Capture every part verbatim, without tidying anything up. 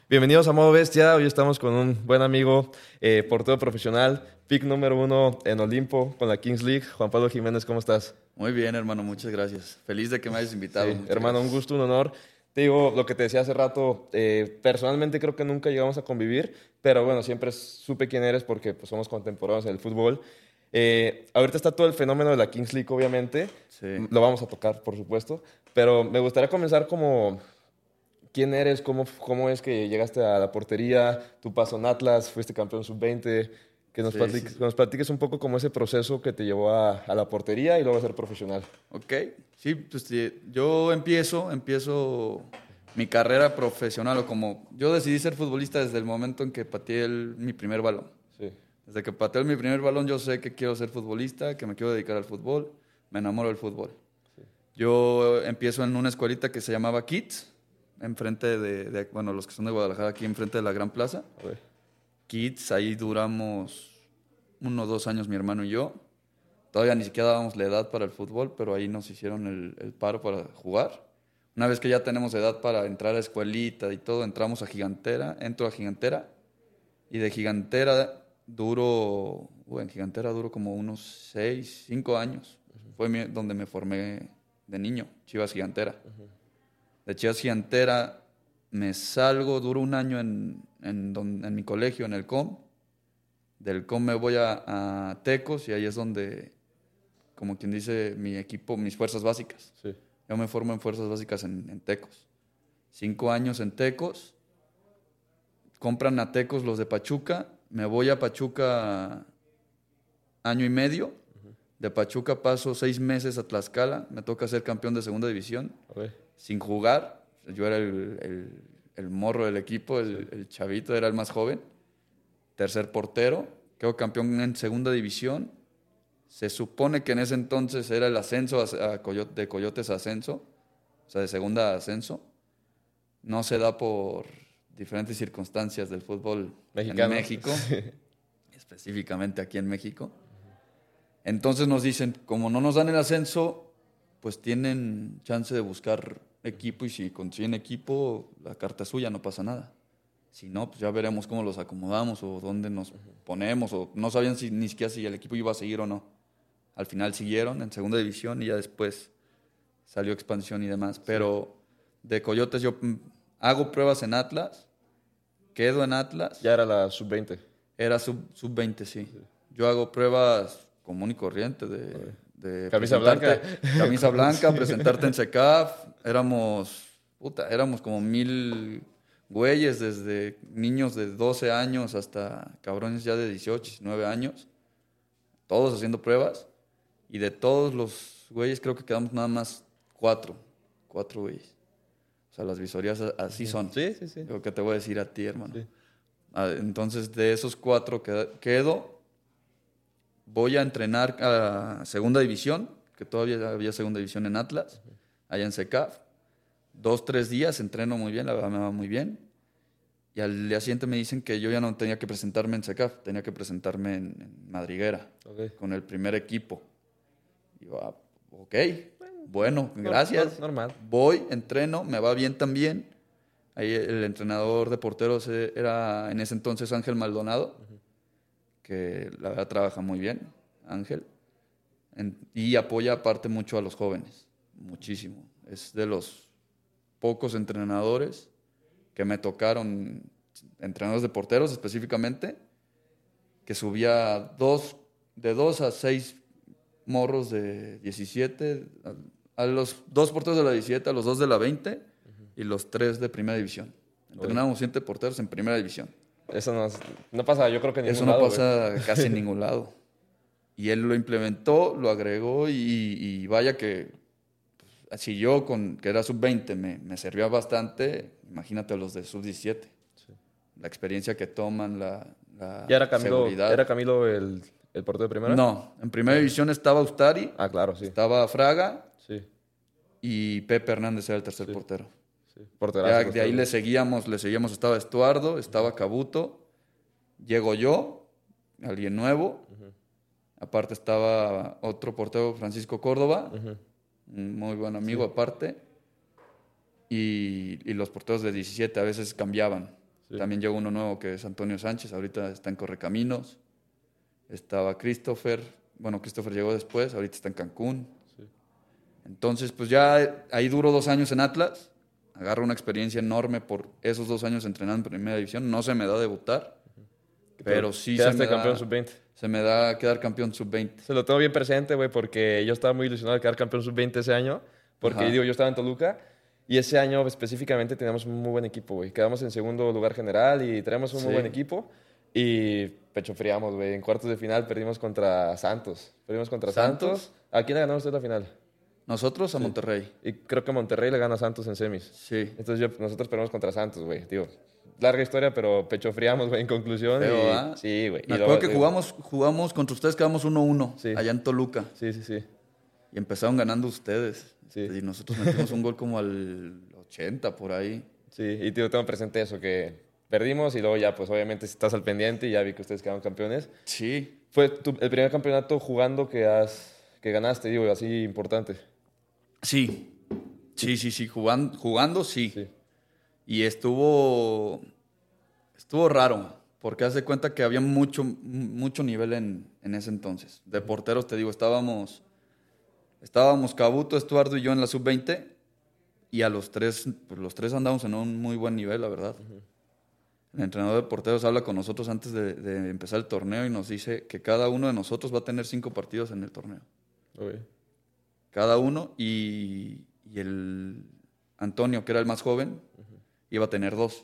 Bienvenidos a Modo Bestia. Hoy estamos con un buen amigo, eh, portero profesional, pick número uno en Olimpo con la Kings League. Juan Pablo Jiménez, ¿cómo estás? Muy bien, hermano, muchas gracias. Feliz de que me hayas invitado. Sí, muchas hermano, un gracias. gusto, un honor. Te digo lo que te decía hace rato. eh, personalmente creo que nunca llegamos a convivir, pero bueno, siempre supe quién eres porque pues, somos contemporáneos en el fútbol. Eh, ahorita está todo el fenómeno de la Kings League, obviamente. Sí. Lo vamos a tocar, por supuesto. Pero me gustaría comenzar como quién eres, cómo, cómo es que llegaste a la portería, tu paso en Atlas, fuiste campeón sub veinte, que nos Sí, sí, platiques, sí. que nos platiques un poco como ese proceso que te llevó a, a la portería y luego a ser profesional. Ok, sí, pues sí, yo empiezo, empiezo mi carrera profesional o como yo decidí ser futbolista desde el momento en que pateé el- mi primer balón. Sí, Desde que pateé mi primer balón yo sé que quiero ser futbolista, que me quiero dedicar al fútbol, me enamoro del fútbol. Yo empiezo en una escuelita que se llamaba Kids, enfrente de, de- bueno, los que son de Guadalajara, aquí enfrente de la Gran Plaza. a ver. Kids, ahí duramos unos dos años mi hermano y yo. Todavía ni siquiera dábamos la edad para el fútbol, pero ahí nos hicieron el, el paro para jugar. Una vez que ya tenemos edad para entrar a escuelita y todo, entramos a Gigantera, entro a Gigantera y de Gigantera duro, uh, en Gigantera duro como unos seis, cinco años. Fue mi- donde me formé de niño, Chivas Gigantera. De Chivas Gigantera me salgo, duro un año en, en, don- en mi colegio, en el C O M. Del C O M me voy a, a Tecos y ahí es donde, como quien dice, mi equipo, mis fuerzas básicas. Sí. Yo me formo en fuerzas básicas en, en Tecos. Cinco años en Tecos, compran a Tecos los de Pachuca, me voy a Pachuca año y medio, de Pachuca paso seis meses a Tlaxcala, me toca ser campeón de segunda división, A ver. sin jugar, yo era el, el- el morro del equipo, el, el chavito, era el más joven, tercer portero, quedo campeón en segunda división. Se supone que en ese entonces era el ascenso a, a Coyote- de Coyotes a ascenso, o sea, de segunda a ascenso. No se da por diferentes circunstancias del fútbol en Mexicano. México, Sí. específicamente aquí en México. Entonces nos dicen, como no nos dan el ascenso, pues tienen chance de buscar equipo y si consiguen equipo, la carta es suya, no pasa nada. Si no, pues ya veremos cómo los acomodamos o dónde nos ponemos o no sabían si, ni siquiera si el equipo iba a seguir o no. Al final siguieron en segunda división y ya después salió expansión y demás. Pero de Coyotes yo mm, hago pruebas en Atlas, quedo en Atlas, Ya era la sub veinte. era sub, sub veinte, sí. Yo hago pruebas común y corriente de, de Camisa presentarte, blanca. camisa blanca, Sí. presentarte en SECAF. Éramos, puta, éramos como mil güeyes, desde niños de doce años hasta cabrones ya de dieciocho, diecinueve años, todos haciendo pruebas. Y de todos los güeyes creo que quedamos nada más cuatro, cuatro güeyes. O sea, las visorías a- así son. Sí, sí, sí. Lo que te voy a decir a ti, hermano. Sí. Ah, Entonces, de esos cuatro qued- quedo, voy a entrenar a segunda división, que todavía había segunda división en Atlas, allá en SECAF. Dos, tres días entreno muy bien, la verdad me va muy bien. Y al día siguiente me dicen que yo ya no tenía que presentarme en SECAF, tenía que presentarme en, en Madriguera, Ok. con el primer equipo. Y yo, ah, ok, bueno, Nor- gracias. nor- normal. Voy, entreno, me va bien también. Ahí el entrenador de porteros eh, era en ese entonces Ángel Maldonado, que la verdad trabaja muy bien, Ángel. En- y apoya aparte mucho a los jóvenes, muchísimo. Es de los pocos entrenadores que me tocaron, entrenadores de porteros específicamente, que subía dos, de dos a seis morros de diecisiete, a, a los dos porteros de la diecisiete, a los dos de la veinte y los tres de primera división. Entrenábamos siete porteros en primera división. Eso no, es- no pasa, yo creo que en Eso ningún no lado, güey. pasa casi en ningún lado. Y él lo implementó, lo agregó y, y vaya que pues, si yo, con, que era sub veinte, me, me servía bastante, imagínate a los de sub diecisiete. La experiencia que toman, la, la Ya era Camilo, seguridad. ¿era Camilo el, el portero de primera? No, en primera división estaba Ustari, Ah, claro, sí. estaba Fraga Sí, y Pepe Hernández era el tercer Sí. portero. sí. Porterazo. Ya los de ahí tres, le güey. seguíamos, le seguíamos, estaba Estuardo, estaba Cabuto, llego yo, alguien nuevo, aparte estaba otro portero, Francisco Córdoba, Ujú. un muy buen amigo aparte, y, y los porteros de diecisiete a veces cambiaban. Sí. También llegó uno nuevo que es Antonio Sánchez, ahorita está en Correcaminos. Estaba Christopher, bueno, Christopher llegó después, ahorita está en Cancún. Sí. Entonces, pues ya ahí duró dos años en Atlas, agarro una experiencia enorme por esos dos años entrenando en Primera División, no se me da debutar, pero sí se Quedaste me, campeón da, sub veinte. se me da quedar campeón sub veinte. Se lo tengo bien presente, güey, porque yo estaba muy ilusionado de quedar campeón sub veinte ese año, porque Ajá. digo, yo estaba en Toluca y ese año específicamente teníamos un muy buen equipo, güey. Quedamos en segundo lugar general y traemos un muy Sí. buen equipo y pecho friamos, güey. En cuartos de final perdimos contra Santos. Perdimos contra ¿Santos? Santos. ¿A quién le ganamos usted la final? Nosotros a Monterrey. Y creo que Monterrey le gana a Santos en semis. Sí. Entonces yo, nosotros perdimos contra Santos, güey. Digo, larga historia, pero pecho friamos, güey, en conclusión. Feo, y, ¿ah? Sí, güey. Me Y acuerdo luego, que digo, jugamos, jugamos contra ustedes, quedamos uno uno, Sí. allá en Toluca. Sí, sí, sí. Y empezaron ganando ustedes. Sí. Y nosotros metimos un gol como al ochenta, por ahí. Sí, y tío, tengo presente eso, que perdimos y luego ya, pues obviamente estás al pendiente y ya vi que ustedes quedaron campeones. Sí. Fue tu- el primer campeonato jugando que, has, que ganaste, digo, así importante. Sí. Sí, sí, sí. Jugando, jugando sí. Sí, Y estuvo. Estuvo raro. Porque haz de cuenta que había mucho, mucho nivel en, en ese entonces. De porteros, te digo, estábamos. Estábamos Cabuto, Estuardo y yo en la sub veinte. Y a los tres, pues los tres andamos en un muy buen nivel, la verdad. El entrenador de porteros habla con nosotros antes de, de empezar el torneo y nos dice que cada uno de nosotros va a tener cinco partidos en el torneo. ok. Cada uno. Y, y el Antonio, que era el más joven, iba a tener dos.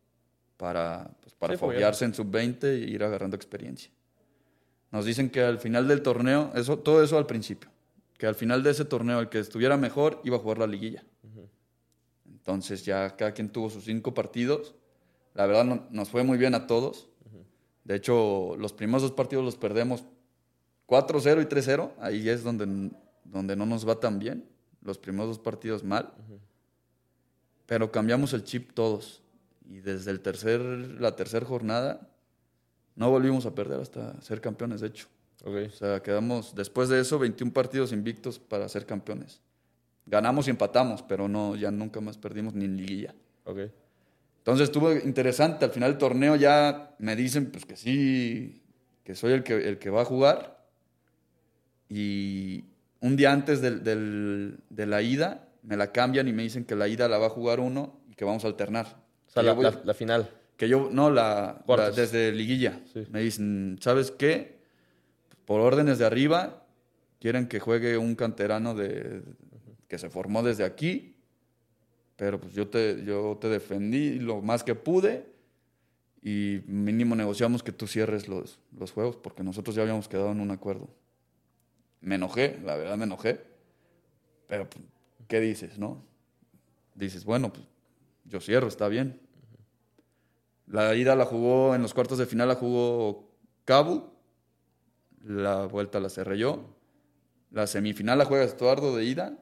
Para, pues, para Sí, pues, foguearse en sub veinte e ir agarrando experiencia. Nos dicen que al final del torneo, eso, todo eso al principio, que al final de ese torneo el que estuviera mejor iba a jugar la liguilla. Entonces ya cada quien tuvo sus cinco partidos. La verdad no- nos fue muy bien a todos. De hecho, los primeros dos partidos los perdemos cuatro cero y tres cero. Ahí es donde, donde no nos va tan bien. Los primeros dos partidos mal. Pero cambiamos el chip todos. Y desde el tercer, la tercera jornada no volvimos a perder hasta ser campeones, de hecho. Ok. O sea, quedamos después de eso veintiún partidos invictos para ser campeones. Ganamos y empatamos, pero no, ya nunca más perdimos ni en liguilla. Ok. Entonces estuvo interesante. Al final del torneo ya me dicen pues que sí, que soy el que, el que va a jugar. Y un día antes del, del- de la ida me la cambian y me dicen que la ida la va a jugar uno y que vamos a alternar. O sea, Que la, yo voy- la- la final. que yo, no, la, la- Cuartos. desde liguilla. Sí. Me dicen, ¿sabes qué? Por órdenes de arriba, quieren que juegue un canterano de, que se formó desde aquí, pero pues yo te, yo te defendí lo más que pude y mínimo negociamos que tú cierres los, los juegos porque nosotros ya habíamos quedado en un acuerdo. Me enojé, la verdad me enojé, pero pues, ¿qué dices, no? Dices, bueno, pues yo cierro, está bien. La ida la jugó, en los cuartos de final la jugó Cabu, la vuelta la cerré yo, la semifinal la juega Estuardo de ida,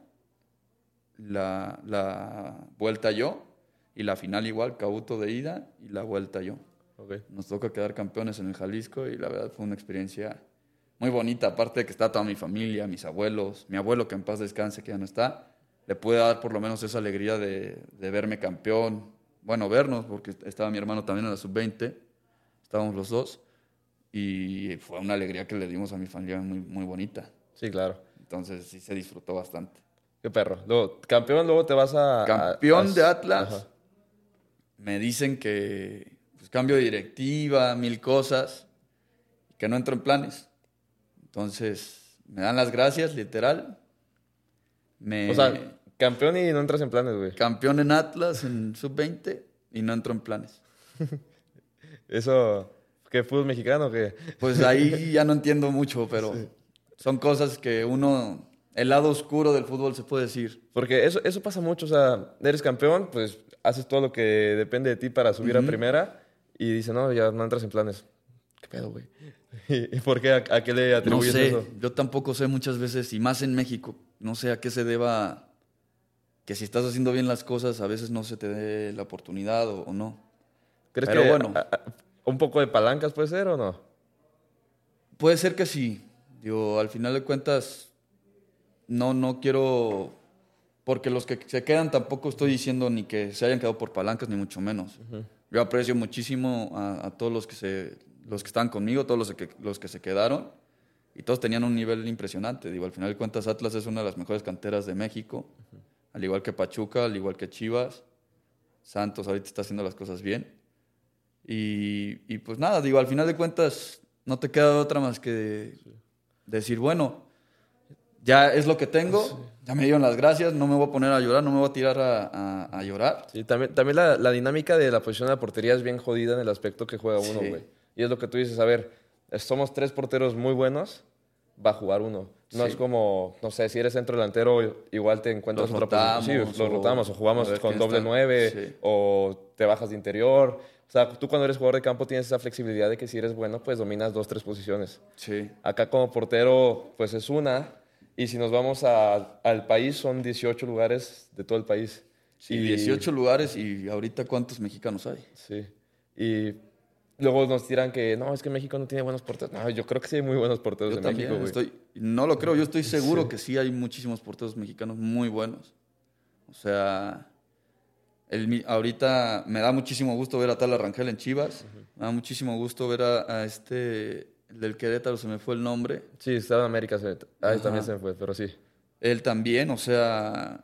la, la vuelta yo, y la final igual, Cabuto de ida y la vuelta yo. Ok. Nos toca quedar campeones en el Jalisco y la verdad fue una experiencia muy bonita, aparte de que está toda mi familia, mis abuelos, mi abuelo que en paz descanse, que ya no está, le pude dar por lo menos esa alegría de, de verme campeón, bueno, vernos, porque estaba mi hermano también en la sub veinte, estábamos los dos, y fue una alegría que le dimos a mi familia muy, muy bonita. Sí, claro. Entonces sí se disfrutó bastante. Qué perro. Luego, campeón, luego te vas a... a- Campeón a- de Atlas, Ajá. me dicen que pues, cambio de directiva, mil cosas, que no entro en planes. Entonces me dan las gracias, literal. Me, O sea, campeón y no entras en planes, güey. campeón en Atlas en sub veinte y no entro en planes. Eso... ¿Qué, fútbol mexicano o qué? Pues ahí ya no entiendo mucho, pero son cosas que uno, el lado oscuro del fútbol se puede decir. Porque eso, eso pasa mucho, o sea, eres campeón, pues haces todo lo que depende de ti para subir a primera y dice, no, ya no entras en planes. ¿Qué pedo, güey? ¿Y y por qué? ¿A, a qué le No atribuyes sé, eso? yo tampoco sé muchas veces, y más en México, no sé a qué se deba que si estás haciendo bien las cosas a veces no se te dé la oportunidad o, o no. ¿Crees Pero que bueno. a- a- un poco de palancas puede ser o no? Puede ser que sí. Digo, al final de cuentas, no, no quiero. Porque los que se quedan tampoco estoy diciendo ni que se hayan quedado por palancas, ni mucho menos. Yo aprecio muchísimo a, a todos los que, se, los que están conmigo, todos los que, los que se quedaron, y todos tenían un nivel impresionante. Digo, al final de cuentas, Atlas es una de las mejores canteras de México, uh-huh. al igual que Pachuca, al igual que Chivas. Santos ahorita está haciendo las cosas bien. Y, y pues nada, digo, al final de cuentas, no te queda otra más que sí. decir, bueno, ya es lo que tengo, sí. ya me dieron las gracias, no me voy a poner a llorar, no me voy a tirar a, a, a llorar. Sí, también, también la, la dinámica de la posición de la portería es bien jodida en el aspecto que juega uno, güey. Sí. Y es lo que tú dices, a ver, somos tres porteros muy buenos, va a jugar uno. No sí. es como, no sé, si eres centro delantero, igual te encuentras los otra rotamos, posición. Sí, los rotamos, o jugamos con doble está. nueve, sí. o te bajas de interior. O sea, tú cuando eres jugador de campo tienes esa flexibilidad de que si eres bueno, pues dominas dos, tres posiciones. Sí. Acá como portero, pues es una. Y si nos vamos a, al país, son dieciocho lugares de todo el país. Sí, y dieciocho lugares, y ahorita ¿cuántos mexicanos hay? Sí. Y luego nos tiran que, no, es que México no tiene buenos porteros. No, yo creo que sí hay muy buenos porteros yo de también México, estoy, no lo creo, yo estoy seguro sí. que sí hay muchísimos porteros mexicanos muy buenos. O sea... El, ahorita me da muchísimo gusto ver a Tala Rangel en Chivas. Uh-huh. Me da muchísimo gusto ver a, a este, el del Querétaro, se me fue el nombre. Sí, estaba en América, se, ahí Ajá. también se me fue, pero sí. Él también, o sea,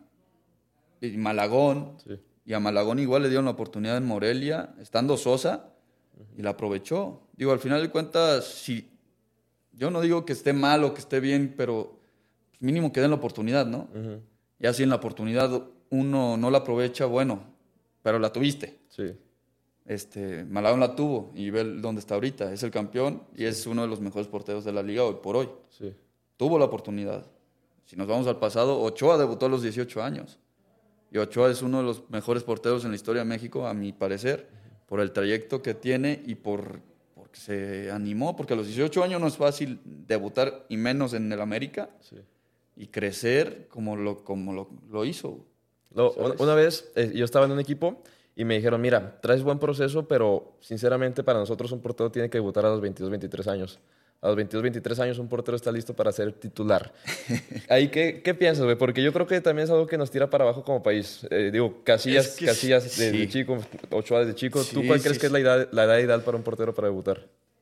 y Malagón. Sí. Y a Malagón igual le dieron la oportunidad en Morelia, estando Sosa, uh-huh. y la aprovechó. Digo, al final de cuentas, si, yo no digo que esté mal o que esté bien, pero mínimo que den la oportunidad, ¿no? Uh-huh. Ya si en la oportunidad uno no la aprovecha, bueno... pero la tuviste. Sí. Este, Malagón la tuvo y ve dónde está ahorita. Es el campeón y sí. es uno de los mejores porteros de la liga hoy por hoy. Sí. Tuvo la oportunidad. Si nos vamos al pasado, Ochoa debutó a los dieciocho años. Y Ochoa es uno de los mejores porteros en la historia de México, a mi parecer, uh-huh. por el trayecto que tiene y por porque se animó. Porque a los dieciocho años no es fácil debutar, y menos en el América, sí. y crecer como lo, como lo, lo hizo. No, una vez eh, yo estaba en un equipo y me dijeron, mira, traes buen proceso, pero sinceramente para nosotros un portero tiene que debutar a los veintidós, veintitrés años. A los veintidós, veintitrés años un portero está listo para ser titular. ¿Ahí qué, qué piensas, güey? Porque yo creo que también es algo que nos tira para abajo como país. Eh, digo, Casillas, es que Casillas sí. desde sí. chico, Ochoa desde chico. Sí, ¿Tú cuál sí, crees sí. que es la edad, la edad ideal para un portero para debutar?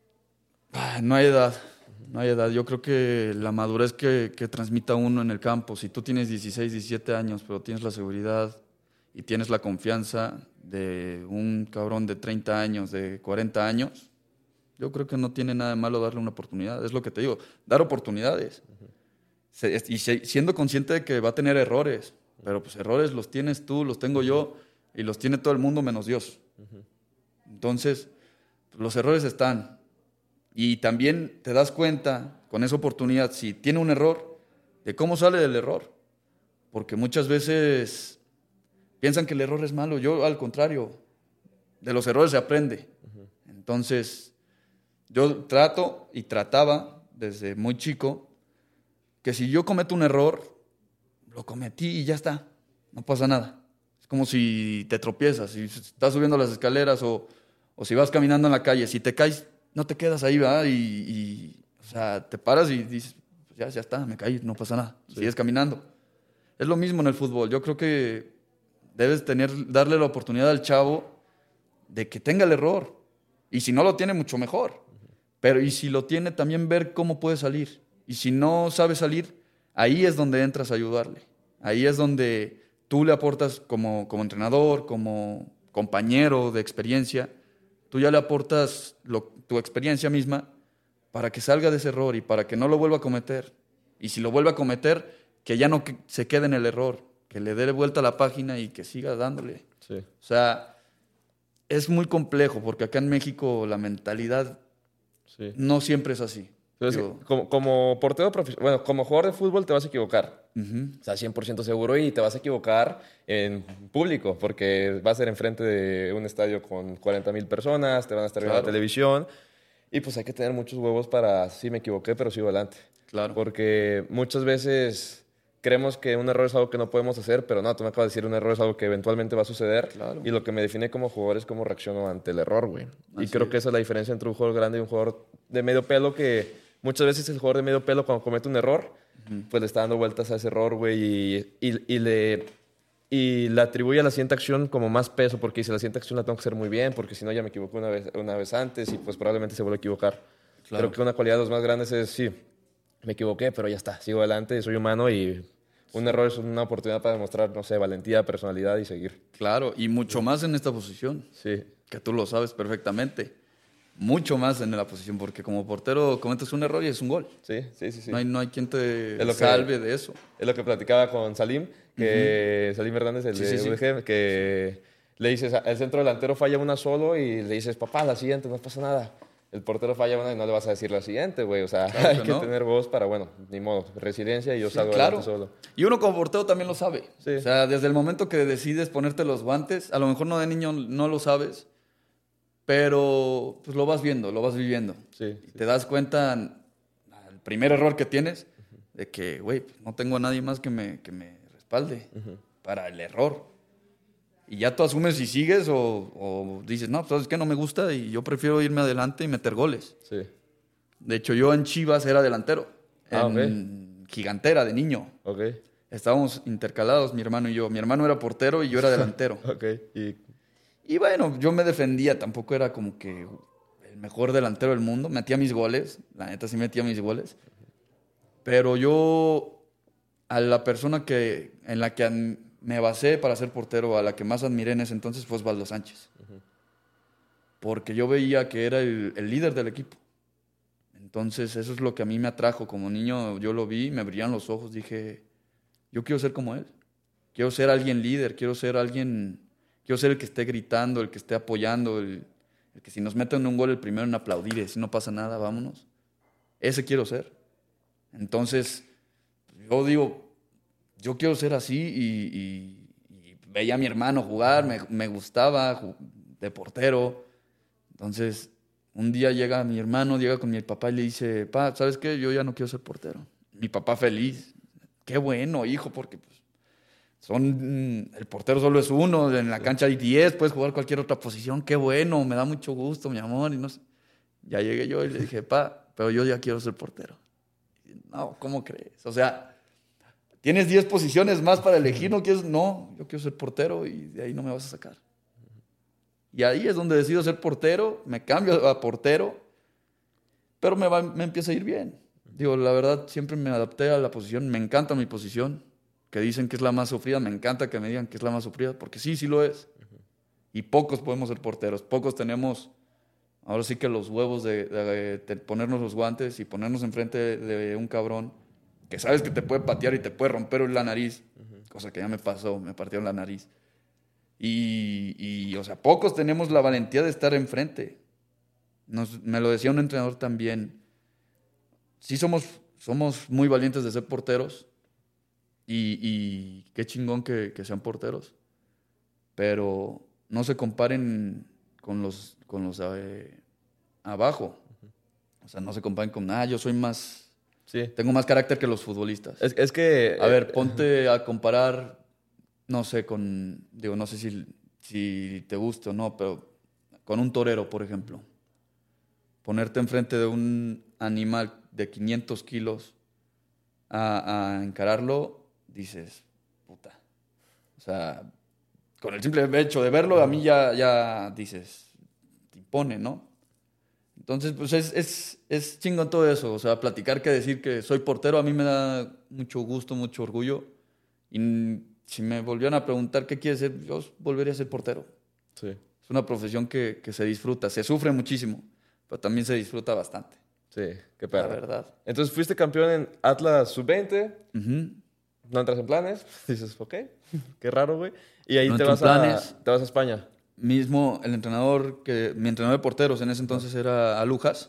Ah, no hay edad. No hay edad. Yo creo que la madurez que, que transmita uno en el campo, si tú tienes dieciséis, diecisiete años, pero tienes la seguridad y tienes la confianza de un cabrón de treinta años, de cuarenta años, yo creo que no tiene nada de malo darle una oportunidad. Es lo que te digo, dar oportunidades. Uh-huh. Y siendo consciente de que va a tener errores, pero pues errores los tienes tú, los tengo yo, y los tiene todo el mundo menos Dios. Uh-huh. Entonces, los errores están. Y también te das cuenta, con esa oportunidad, si tiene un error, de cómo sale del error. Porque muchas veces piensan que el error es malo. Yo, al contrario, de los errores se aprende. Uh-huh. Entonces, yo trato y trataba desde muy chico que si yo cometo un error, lo cometí y ya está. No pasa nada. Es como si te tropiezas, si estás subiendo las escaleras o, o si vas caminando en la calle, si te caes, no te quedas ahí, ¿verdad? Y, y o sea, te paras y dices, pues ya, ya está, me caí, no pasa nada. Sí. Sigues caminando. Es lo mismo en el fútbol. Yo creo que debes tener, darle la oportunidad al chavo de que tenga el error. Y si no lo tiene, mucho mejor. Uh-huh. Pero y si lo tiene, también ver cómo puede salir. Y si no sabe salir, ahí es donde entras a ayudarle. Ahí es donde tú le aportas como, como entrenador, como compañero de experiencia. Tú ya le aportas lo, tu experiencia misma para que salga de ese error y para que no lo vuelva a cometer. Y si lo vuelve a cometer, que ya no que se quede en el error, que le dé vuelta a la página y que siga dándole. Sí. O sea, es muy complejo porque acá en México la mentalidad sí. no siempre es así. Entonces, Yo, como, como portero profesional, bueno, como jugador de fútbol te vas a equivocar. Uh-huh. O sea, cien por ciento seguro, y te vas a equivocar en público porque va a ser enfrente de un estadio con cuarenta mil personas, te van a estar viendo claro. la televisión y pues hay que tener muchos huevos para, sí me equivoqué, pero sigo adelante. Claro. Porque muchas veces creemos que un error es algo que no podemos hacer, pero no, tú me acabas de decir, un error es algo que eventualmente va a suceder. Claro. Y lo que me define como jugador es cómo reacciono ante el error, güey. Y creo es. que esa es la diferencia entre un jugador grande y un jugador de medio pelo, que muchas veces el jugador de medio pelo cuando comete un error, uh-huh. pues le está dando vueltas a ese error, güey, y, y, y, le, y le atribuye a la siguiente acción como más peso, porque dice, la siguiente acción la tengo que hacer muy bien, porque si no ya me equivoqué una vez, una vez antes y pues probablemente se vuelva a equivocar. Claro. Creo que una cualidad de los más grandes es, sí, me equivoqué, pero ya está, sigo adelante, soy humano y un error es una oportunidad para demostrar, no sé, valentía, personalidad y seguir. Claro, y mucho más en esta posición, Sí, que tú lo sabes perfectamente. Mucho más en la posición, porque como portero cometes un error y es un gol. sí, sí, sí. sí. No hay, no hay quien te Es lo que- salve de eso. Es lo que platicaba con Salim, que Salim Hernández, el Sí, de sí, sí. U D G, que le dices, el centro delantero falla una solo y le dices, papá, la siguiente, no pasa nada. El portero falla una y no le vas a decir la siguiente, güey. O sea, Claro hay que que no. tener voz para, bueno, ni modo, resiliencia y yo Sí, salgo claro. adelante solo. Y uno como portero también lo sabe. Sí. O sea, desde el momento que decides ponerte los guantes, a lo mejor no de niño no lo sabes, pero pues lo vas viendo, lo vas viviendo. Sí, Y te das cuenta, el primer error que tienes, de que, güey, pues, no tengo a nadie más que me, que me respalde para el error. Y ya tú asumes si sigues o, o dices, no, pues sabes que no me gusta y yo prefiero irme adelante y meter goles. sí. De hecho, yo en Chivas era delantero, Ah, en Gigantera de niño. Ok, Estábamos intercalados, mi hermano y yo. Mi hermano era portero y yo era delantero. ok. Y, Y bueno, yo me defendía, tampoco era como que el mejor delantero del mundo. Metía mis goles, la neta sí metía mis goles. Pero yo, a la persona que, en la que an- me basé para ser portero, a la que más admiré en ese entonces fue Osvaldo Sánchez. Porque yo veía que era el, el líder del equipo. Entonces eso es lo que a mí me atrajo. Como niño yo lo vi, me brillan los ojos, dije, yo quiero ser como él. Quiero ser alguien líder, quiero ser alguien, quiero ser el que esté gritando, el que esté apoyando, el, el que si nos meten un gol el primero en aplaudir y si no pasa nada, vámonos. Ese quiero ser. Entonces, yo digo, yo quiero ser así y, y- y veía a mi hermano jugar, me, me gustaba ju- de portero. Entonces, un día llega mi hermano, llega con mi papá y le dice, pa, ¿sabes qué? Yo ya no quiero ser portero. Mi papá feliz. Qué bueno, hijo, porque pues, son, mm, el portero solo es uno, en la cancha hay diez, puedes jugar cualquier otra posición. Qué bueno, me da mucho gusto, mi amor. Y no sé. Ya llegué yo y le dije, pa, pero yo ya quiero ser portero. Y, no, ¿cómo crees? O sea, tienes diez posiciones más para elegir, ¿no quieres? No, yo quiero ser portero y de ahí no me vas a sacar. Y ahí es donde decido ser portero, me cambio a portero, pero me, va, me empieza a ir bien. Digo, la verdad, siempre me adapté a la posición, me encanta mi posición, que dicen que es la más sufrida, me encanta que me digan que es la más sufrida, porque sí, sí lo es. Y pocos podemos ser porteros, pocos tenemos, ahora sí que los huevos de, de- de ponernos los guantes y ponernos enfrente de, de un cabrón que sabes que te puede patear y te puede romper la nariz, cosa que ya me pasó, me partieron la nariz. Y, y, o sea, pocos tenemos la valentía de estar enfrente. Nos, me lo decía un entrenador también. Sí somos, somos muy valientes de ser porteros y, y qué chingón que, que sean porteros, pero no se comparen con los, con los eh, abajo. O sea, no se comparen con, ah, yo soy más, sí. tengo más carácter que los futbolistas. Es, es que... A ver, ponte a comparar, no sé, con, digo, no sé si, si te gusta o no, pero con un torero, por ejemplo. Ponerte enfrente de un animal de quinientos kilos a, a encararlo, dices, puta. O sea, con el simple hecho de verlo, a mí ya, ya dices, te impone, ¿no? Entonces, pues es, es, es chingón todo eso. O sea, platicar que decir que soy portero a mí me da mucho gusto, mucho orgullo. Y n- si me volvieran a preguntar qué quieres ser, yo volvería a ser portero. Sí, Es una profesión que, que se disfruta, se sufre muchísimo, pero también se disfruta bastante, sí, qué la perro. verdad. Entonces fuiste campeón en Atlas sub veinte, Ujú. no entras en planes, dices, ok, qué raro, güey. Y ahí No te entro vas, en a, planes. te vas a España. Mismo el entrenador, que mi entrenador de porteros en ese entonces era Alujas,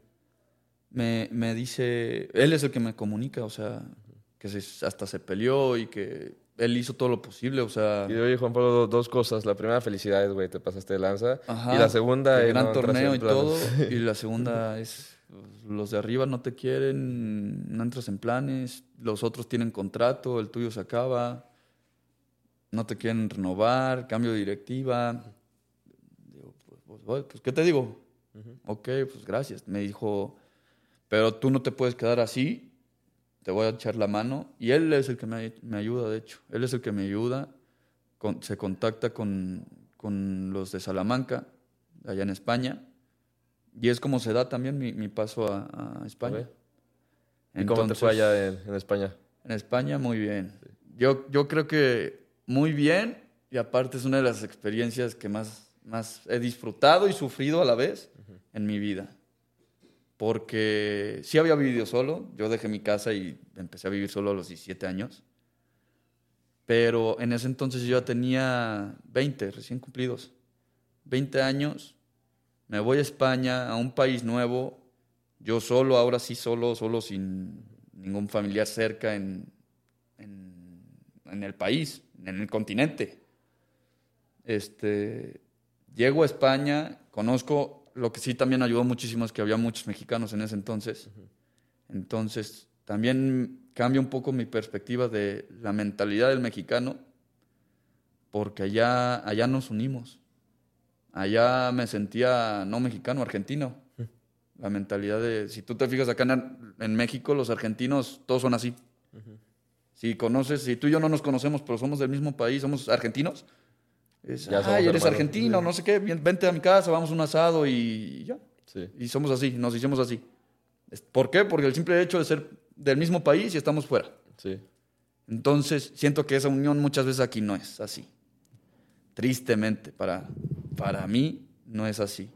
me, me dice, él es el que me comunica, o sea, que se- hasta se peleó y que él hizo todo lo posible, o sea, Y oye, Juan Pablo, dos cosas. La primera, felicidades, güey, te pasaste de lanza. ajá, Y la segunda, el eh, gran no entras torneo en y planes. todo, y la segunda es, pues, los de arriba no te quieren, no entras en planes, los otros tienen contrato, el tuyo se acaba, no te quieren renovar, cambio de directiva. Digo, pues, pues, voy, pues, ¿qué te digo? Ok, pues gracias. Me dijo, pero tú no te puedes quedar así, te voy a echar la mano. Y él es el que me, me ayuda, de hecho. Él es el que me ayuda. con, se contacta con, con los de Salamanca, allá en España, y es como se da también mi, mi paso a, a España. Okay. ¿Y cómo te fue allá en, en España? En España, muy bien. Sí. Yo, yo creo que muy bien, y aparte es una de las experiencias que más, más he disfrutado y sufrido a la vez uh-huh. en mi vida. Porque sí había vivido solo, yo dejé mi casa y empecé a vivir solo a los diecisiete años, pero en ese entonces yo ya tenía veinte, recién cumplidos, veinte años, me voy a España, a un país nuevo, yo solo, ahora sí solo, solo sin ningún familiar cerca en, en, en el país, en el continente. Este, llego a España, conozco... Lo que sí también ayudó muchísimo es que había muchos mexicanos en ese entonces. Uh-huh. Entonces, también cambia un poco mi perspectiva de la mentalidad del mexicano, porque allá, allá nos unimos. Allá me sentía no mexicano, argentino. Uh-huh. La mentalidad de... Si tú te fijas acá en, en México, los argentinos todos son así. Uh-huh. Si conoces, si tú y yo no nos conocemos, pero somos del mismo país, somos argentinos... Es, ya ay, eres hermanos. Argentino, sí. No sé qué, vente a mi casa, vamos a un asado y ya. Sí. Y somos así, nos hicimos así. ¿Por qué? Porque el simple hecho de ser del mismo país y estamos fuera. Sí. Entonces, siento que esa unión muchas veces aquí no es así. Tristemente, para, para mí no es así.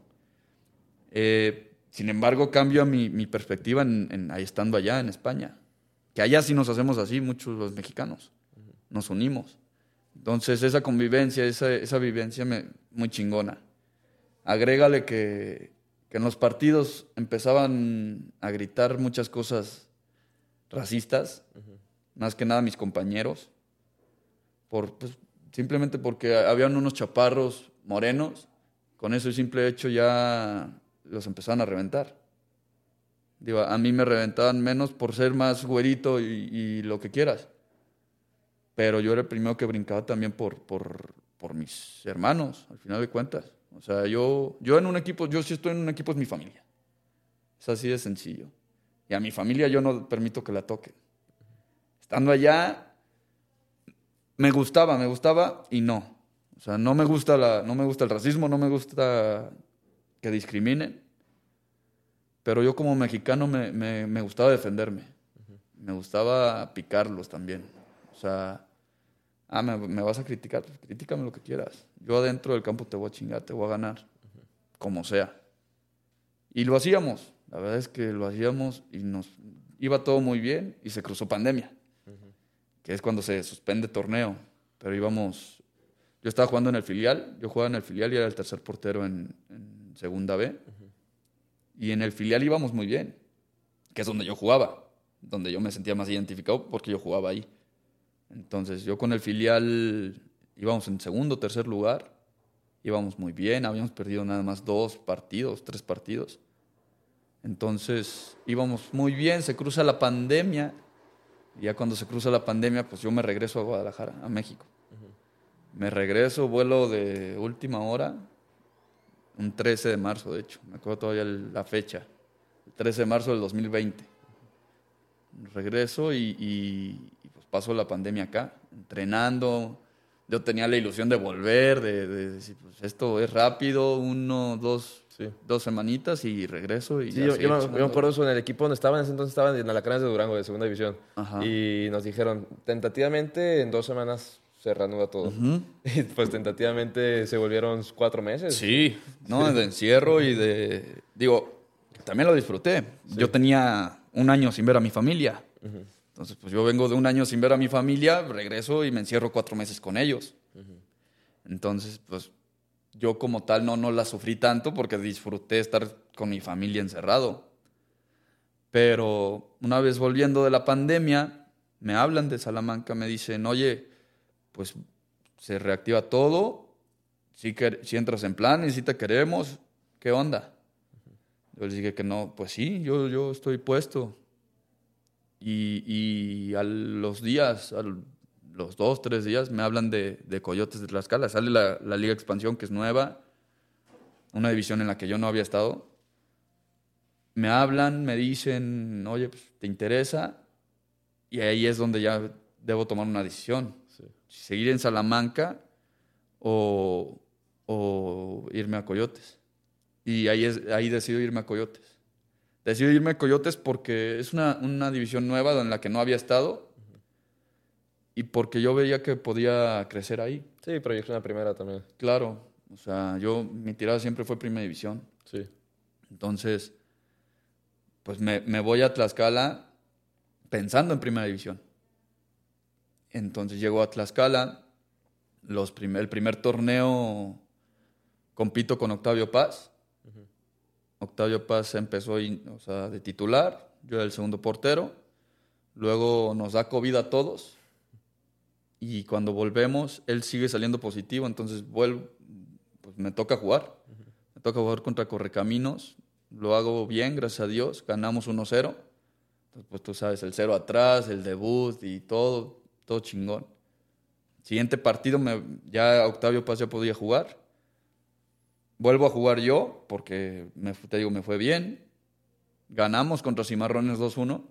Eh, sin embargo, cambio mi, mi perspectiva en, en, ahí estando allá en España. Que allá sí nos hacemos así, muchos los mexicanos. Uh-huh. Nos unimos. Entonces, esa convivencia, esa, esa vivencia me, muy chingona. Agrégale que, que en los partidos empezaban a gritar muchas cosas racistas, uh-huh. más que nada mis compañeros, por, pues, simplemente porque habían unos chaparros morenos, con ese simple hecho ya los empezaban a reventar. Digo, a mí me reventaban menos por ser más güerito y, y lo que quieras. Pero yo era el primero que brincaba también por, por, por mis hermanos, al final de cuentas. O sea, yo, yo en un equipo, yo si estoy en un equipo es mi familia. Es así de sencillo. Y a mi familia yo no permito que la toquen. Estando allá, me gustaba, me gustaba y no. O sea, no me gusta, la, no me gusta el racismo, no me gusta que discriminen. Pero yo como mexicano me, me, me gustaba defenderme. Me gustaba picarlos también. O sea... Ah, ¿me, me vas a criticar? Pues critícame lo que quieras. Yo adentro del campo te voy a chingar, te voy a ganar. Uh-huh. Como sea. Y lo hacíamos. La verdad es que lo hacíamos y nos iba todo muy bien y se cruzó pandemia. Uh-huh. Que es cuando se suspende torneo. Pero íbamos... Yo estaba jugando en el filial. Yo jugaba en el filial y era el tercer portero en, en segunda B. Uh-huh. Y en el filial íbamos muy bien. Que es donde yo jugaba. Donde yo me sentía más identificado porque yo jugaba ahí. Entonces, yo con el filial íbamos en segundo, tercer lugar. Íbamos muy bien, habíamos perdido nada más dos partidos, tres partidos. Entonces, íbamos muy bien, se cruza la pandemia. Y ya cuando se cruza la pandemia, pues yo me regreso a Guadalajara, a México. Uh-huh. Me regreso, vuelo de última hora, un trece de marzo, de hecho. Me acuerdo todavía la fecha. El trece de marzo del dos mil veinte. Regreso y... y pasó la pandemia acá, entrenando. Yo tenía la ilusión de volver, de, de decir, pues esto es rápido, uno, dos, sí. dos semanitas y regreso. Y sí, yo, yo, me, yo me acuerdo eso en el equipo donde estaban, en ese entonces estaban en Alacranes de Durango, de segunda división. Ajá. Y nos dijeron, tentativamente en dos semanas se reanuda todo. Uh-huh. Y pues tentativamente se volvieron cuatro meses. Sí, no, de encierro y de... Digo, también lo disfruté. Sí. Yo tenía un año sin ver a mi familia. Uh-huh. Entonces, pues yo vengo de un año sin ver a mi familia, regreso y me encierro cuatro meses con ellos. Uh-huh. Entonces, pues yo como tal no, no la sufrí tanto porque disfruté estar con mi familia encerrado. Pero una vez volviendo de la pandemia, me hablan de Salamanca, me dicen, oye, pues se reactiva todo, si, que, si entras en plan y si te queremos, ¿qué onda? Uh-huh. Yo les dije que no, pues sí, yo, yo estoy puesto. Y, y a los días, a los dos, tres días, me hablan de, de Coyotes de Tlaxcala. Sale la, la Liga Expansión, que es nueva, una división en la que yo no había estado. Me hablan, me dicen, oye, pues, ¿te interesa? Y ahí es donde ya debo tomar una decisión. Sí. Si seguir en Salamanca o, o irme a Coyotes. Y ahí, es, ahí decido irme a Coyotes. Decido irme a Coyotes porque es una, una división nueva en la que no había estado y porque yo veía que podía crecer ahí. Sí, proyección a primera también. Claro, o sea, yo, mi tirada siempre fue primera división. Sí. Entonces, pues me, me voy a Tlaxcala pensando en primera división. Entonces llego a Tlaxcala, los prim- el primer torneo compito con Octavio Paz. Uh-huh. Octavio Paz empezó in, o sea, de titular, yo era el segundo portero. Luego nos da COVID a todos y cuando volvemos él sigue saliendo positivo, entonces vuelvo, pues me toca jugar. Uh-huh. Me toca jugar contra Correcaminos, lo hago bien, gracias a Dios, ganamos uno cero. Entonces, pues tú sabes, el cero atrás, el debut y todo, todo chingón. Siguiente partido, me, ya Octavio Paz ya podía jugar. Vuelvo a jugar yo, porque me, te digo, me fue bien. Ganamos contra Cimarrones dos uno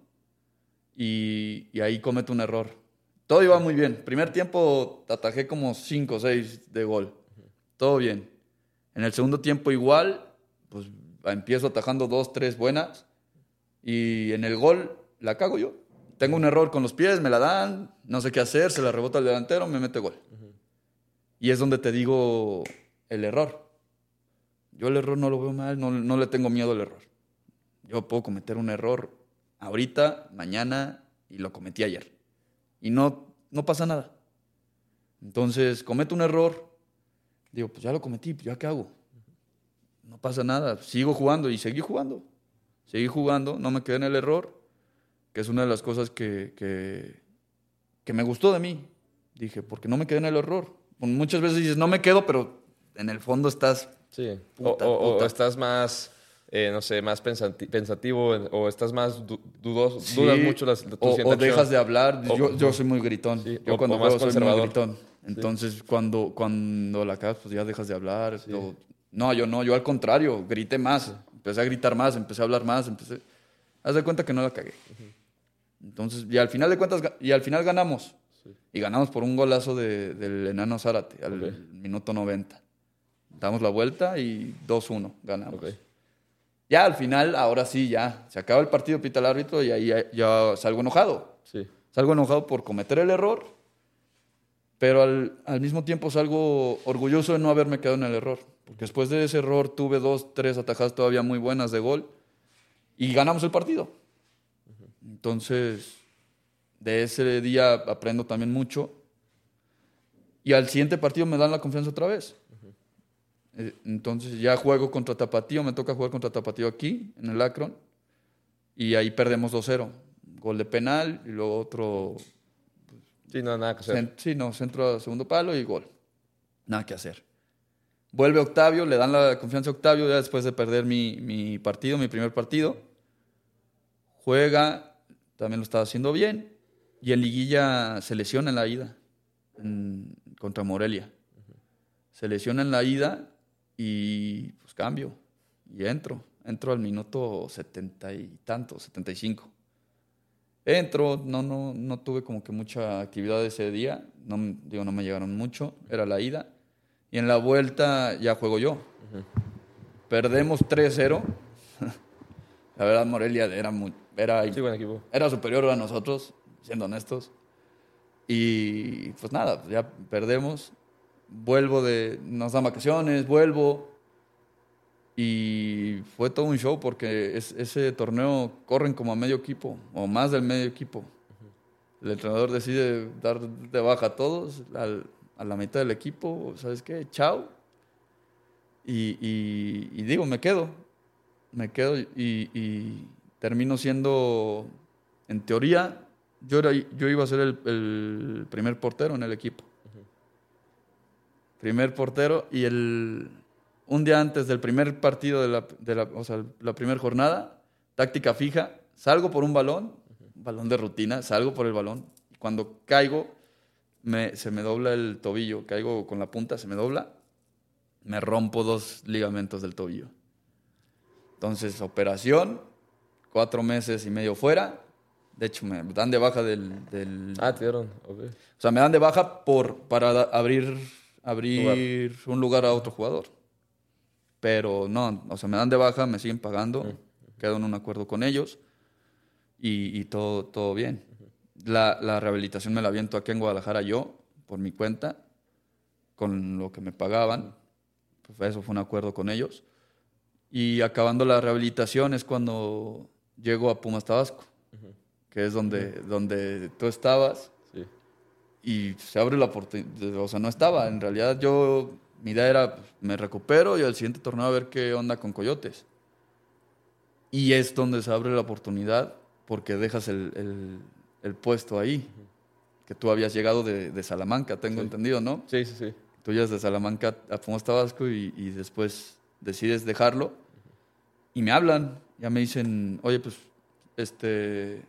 y, y ahí cometo un error. Todo iba muy bien. Primer tiempo atajé como cinco o seis de gol. Todo bien. En el segundo tiempo igual, pues empiezo atajando dos, tres buenas. Y en el gol la cago yo. Tengo un error con los pies, me la dan, no sé qué hacer, se la rebota el delantero, me mete gol. Uh-huh. Y es donde te digo el error. Yo el error no lo veo mal, no, no le tengo miedo al error. Yo puedo cometer un error ahorita, mañana, y lo cometí ayer. Y no, no pasa nada. Entonces, cometo un error, digo, pues ya lo cometí, ¿ya qué hago? No pasa nada, sigo jugando y seguí jugando. Seguí jugando, no me quedé en el error, que es una de las cosas que, que, que me gustó de mí. Dije, porque no me quedé en el error. Muchas veces dices, no me quedo, pero en el fondo estás... Sí, puta, o, o, puta. o estás más, eh, no sé, más pensati- pensativo o estás más du- dudoso, sí. dudas mucho las, tu o, o dejas de hablar. O, yo, yo soy muy gritón. Sí. Yo o, cuando o más juego soy conservador. muy gritón. Entonces, sí. cuando, cuando la cagas, pues ya dejas de hablar. Sí. Lo, no, yo no, yo al contrario, grité más. Sí. Empecé a gritar más, empecé a hablar más, empecé... Haz de cuenta que no la cagué. Uh-huh. Entonces, y al final de cuentas, y al final ganamos. Sí. Y ganamos por un golazo de, del Enano Zárate, al okay. minuto noventa. Damos la vuelta y dos uno, ganamos. Okay. Ya al final, ahora sí, ya, se acaba el partido, pita el árbitro y ahí ya, ya salgo enojado. Sí. Salgo enojado por cometer el error, pero al, al mismo tiempo salgo orgulloso de no haberme quedado en el error. Porque después de ese error tuve dos, tres atajadas todavía muy buenas de gol y ganamos el partido. Uh-huh. Entonces, de ese día aprendo también mucho y al siguiente partido me dan la confianza otra vez. Entonces ya juego contra Tapatío, me toca jugar contra Tapatío aquí, en el Akron, y ahí perdemos dos cero. Gol de penal y luego otro... Sí, no, nada que hacer. Cent- sí, no, centro a segundo palo y gol. Nada que hacer. Vuelve Octavio, le dan la confianza a Octavio ya después de perder mi, mi partido, mi primer partido. Juega, también lo estaba haciendo bien, y en liguilla se lesiona en la ida, en, contra Morelia. Uh-huh. Se lesiona en la ida... Y pues cambio, y entro. Entro al minuto setenta y tanto, setenta y cinco. Entro, no, no, no tuve como que mucha actividad ese día. No, digo, no me llegaron mucho, era la ida. Y en la vuelta ya juego yo. Uh-huh. Perdemos tres cero. La verdad, Morelia era, muy, era, sí, buen equipo. Era superior a nosotros, siendo honestos. Y pues nada, ya perdemos. Vuelvo de... Nos dan vacaciones, vuelvo. Y fue todo un show porque es, ese torneo corren como a medio equipo, o más del medio equipo. Uh-huh. El entrenador decide dar de baja a todos, al, a la mitad del equipo, ¿sabes qué? Chao. Y, y, y digo, me quedo. Me quedo y, y termino siendo, en teoría, yo, era, yo iba a ser el, el primer portero en el equipo. Primer portero y el, un día antes del primer partido, de la, de la, o sea, la primera jornada, táctica fija, salgo por un balón, uh-huh. un balón de rutina, salgo por el balón. Y cuando caigo, me, se me dobla el tobillo, caigo con la punta, se me dobla, me rompo dos ligamentos del tobillo. Entonces, operación, cuatro meses y medio fuera. De hecho, me dan de baja del... del ah, te dieron, ok. O sea, me dan de baja por, para abrir... abrir Jugar. un lugar a otro jugador. Pero no, o sea, me dan de baja, me siguen pagando, Mm. quedo en un acuerdo con ellos y, y todo, todo bien. La, la rehabilitación me la aviento aquí en Guadalajara yo, por mi cuenta, con lo que me pagaban. Pues eso fue un acuerdo con ellos. Y acabando la rehabilitación es cuando llego a Pumas Tabasco, que es donde, donde tú estabas. Sí. Y se abre la oportunidad, o sea, no estaba. En realidad yo, mi idea era, pues, me recupero y al siguiente torneo a ver qué onda con Coyotes. Y es donde se abre la oportunidad porque dejas el, el- el puesto ahí, que tú habías llegado de, de Salamanca, tengo Sí. entendido, ¿no? Sí, sí, sí. Tú llegas de Salamanca a Pumas Tabasco y, y después decides dejarlo y me hablan, ya me dicen, oye, pues, este,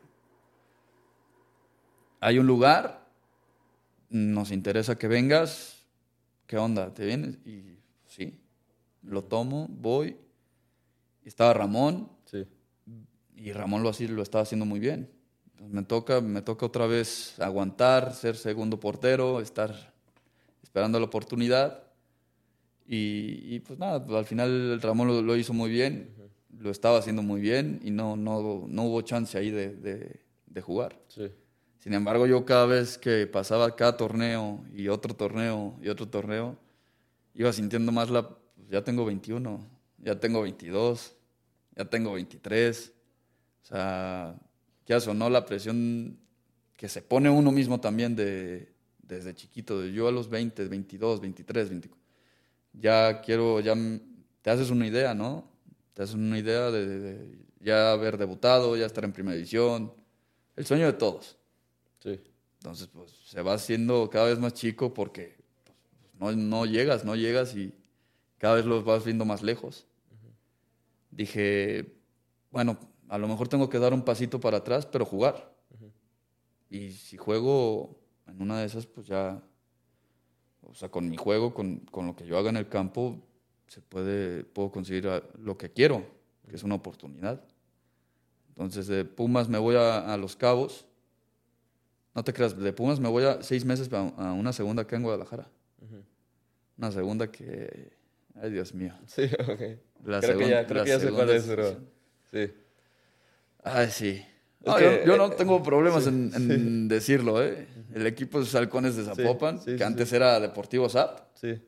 hay un lugar, nos interesa que vengas, ¿qué onda? ¿Te vienes? Y sí, lo tomo, voy. Estaba Ramón Sí. y Ramón lo, así, lo estaba haciendo muy bien. Pues me toca, me toca otra vez aguantar, ser segundo portero, estar esperando la oportunidad. Y, y, pues nada, pues al final Ramón lo, lo hizo muy bien, lo estaba haciendo muy bien y no, no, no hubo chance ahí de, de, de jugar. Sí. Sin embargo, yo cada vez que pasaba cada torneo y otro torneo y otro torneo, iba sintiendo más la... Pues ya tengo veintiuno, ya tengo veintidós, ya tengo veintitrés. O sea, ya sonó la presión que se pone uno mismo también de, desde chiquito. De yo a los veinte, veintidós, veintitrés, veinticuatro. Ya quiero, ya m- te haces una idea, ¿no? Te haces una idea de, de- de ya haber debutado, ya estar en primera división. El sueño de todos. Sí. Entonces, pues se va haciendo cada vez más chico porque pues, no, no llegas, no llegas y cada vez los vas viendo más lejos. Dije, bueno, a lo mejor tengo que dar un pasito para atrás, pero jugar. Y si juego en una de esas, pues ya, o sea, con mi juego, con, con lo que yo haga en el campo, se puede, puedo conseguir a- lo que quiero, que es una oportunidad. Entonces, de Pumas me voy a, a Los Cabos. No te creas, de Pumas me voy a seis meses a, a una segunda acá en Guadalajara. Una segunda que, ay Dios mío, Sí, ok. la, Creo que segun- ya, creo la que ya sé cuál segunda es, pero... división. Sí. Ay, sí. Es No, que... yo, yo eh, no tengo problemas sí, en, sí, en decirlo, ¿eh? El equipo es Halcones de sí, Zapopan, sí, que sí, antes sí. era Deportivo Zap. Sí,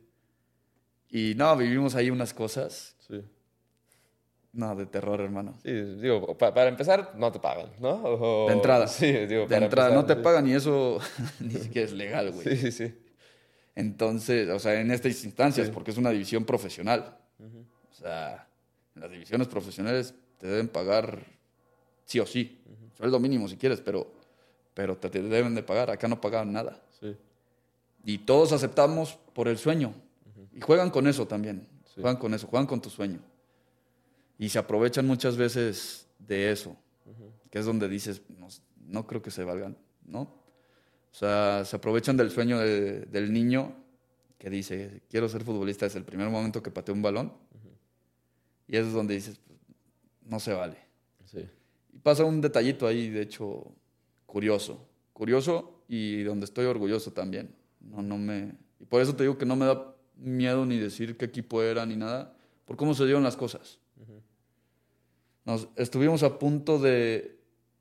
Y no, vivimos ahí unas cosas, sí. no, de terror, hermano. Sí, digo, pa- para empezar, no te pagan, ¿no? De O- entrada, sí, digo, de para entrada, no empezar, te sí. pagan y eso ni siquiera es legal, güey. Sí, sí, sí. Entonces, o sea, en estas instancias, Sí. porque es una división profesional. O sea, en las divisiones profesionales te deben pagar sí o sí. Sueldo mínimo si quieres, pero, pero te, te deben de pagar. Acá no pagaban nada. Sí, Y todos aceptamos por el sueño. Y juegan con eso también. sí. Juegan con eso, juegan con tu sueño. Y se aprovechan muchas veces de eso, que es donde dices, no, no creo que se valgan, ¿no? O sea, se aprovechan del sueño de- del niño que dice, quiero ser futbolista desde el primer momento que pateó un balón. Y eso es donde dices, pues, no se vale. Sí. Y pasa un detallito ahí, de hecho, curioso. Curioso y donde estoy orgulloso también. No, no me... Y por eso te digo que no me da miedo ni decir qué equipo era ni nada, por cómo se dieron las cosas. Nos estuvimos a punto de,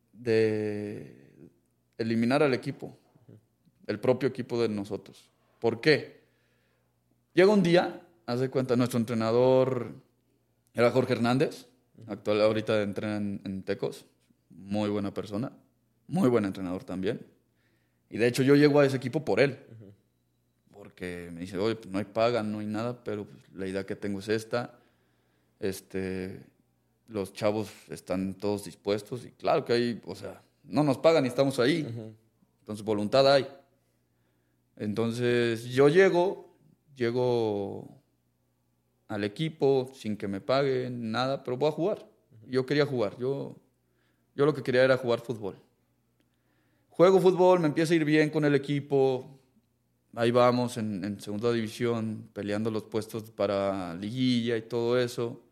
de eliminar al equipo, el propio equipo de nosotros. ¿Por qué? Llega un día, haz de cuenta, nuestro entrenador era Jorge Hernández, actual ahorita entrena en, en Tecos, muy buena persona, muy buen entrenador también. Y de hecho yo llego a ese equipo por él, porque me dice, oye, pues no hay paga, no hay nada, pero pues, la idea que tengo es esta. Este, los chavos están todos dispuestos y claro que hay, o sea, no nos pagan y estamos ahí. Entonces voluntad hay. Entonces yo llego, llego al equipo sin que me paguen nada, pero voy a jugar. Yo quería jugar, yo, yo lo que quería era jugar fútbol. Juego fútbol, me empieza a ir bien con el equipo, ahí vamos en, en segunda división, peleando los puestos para liguilla y todo eso.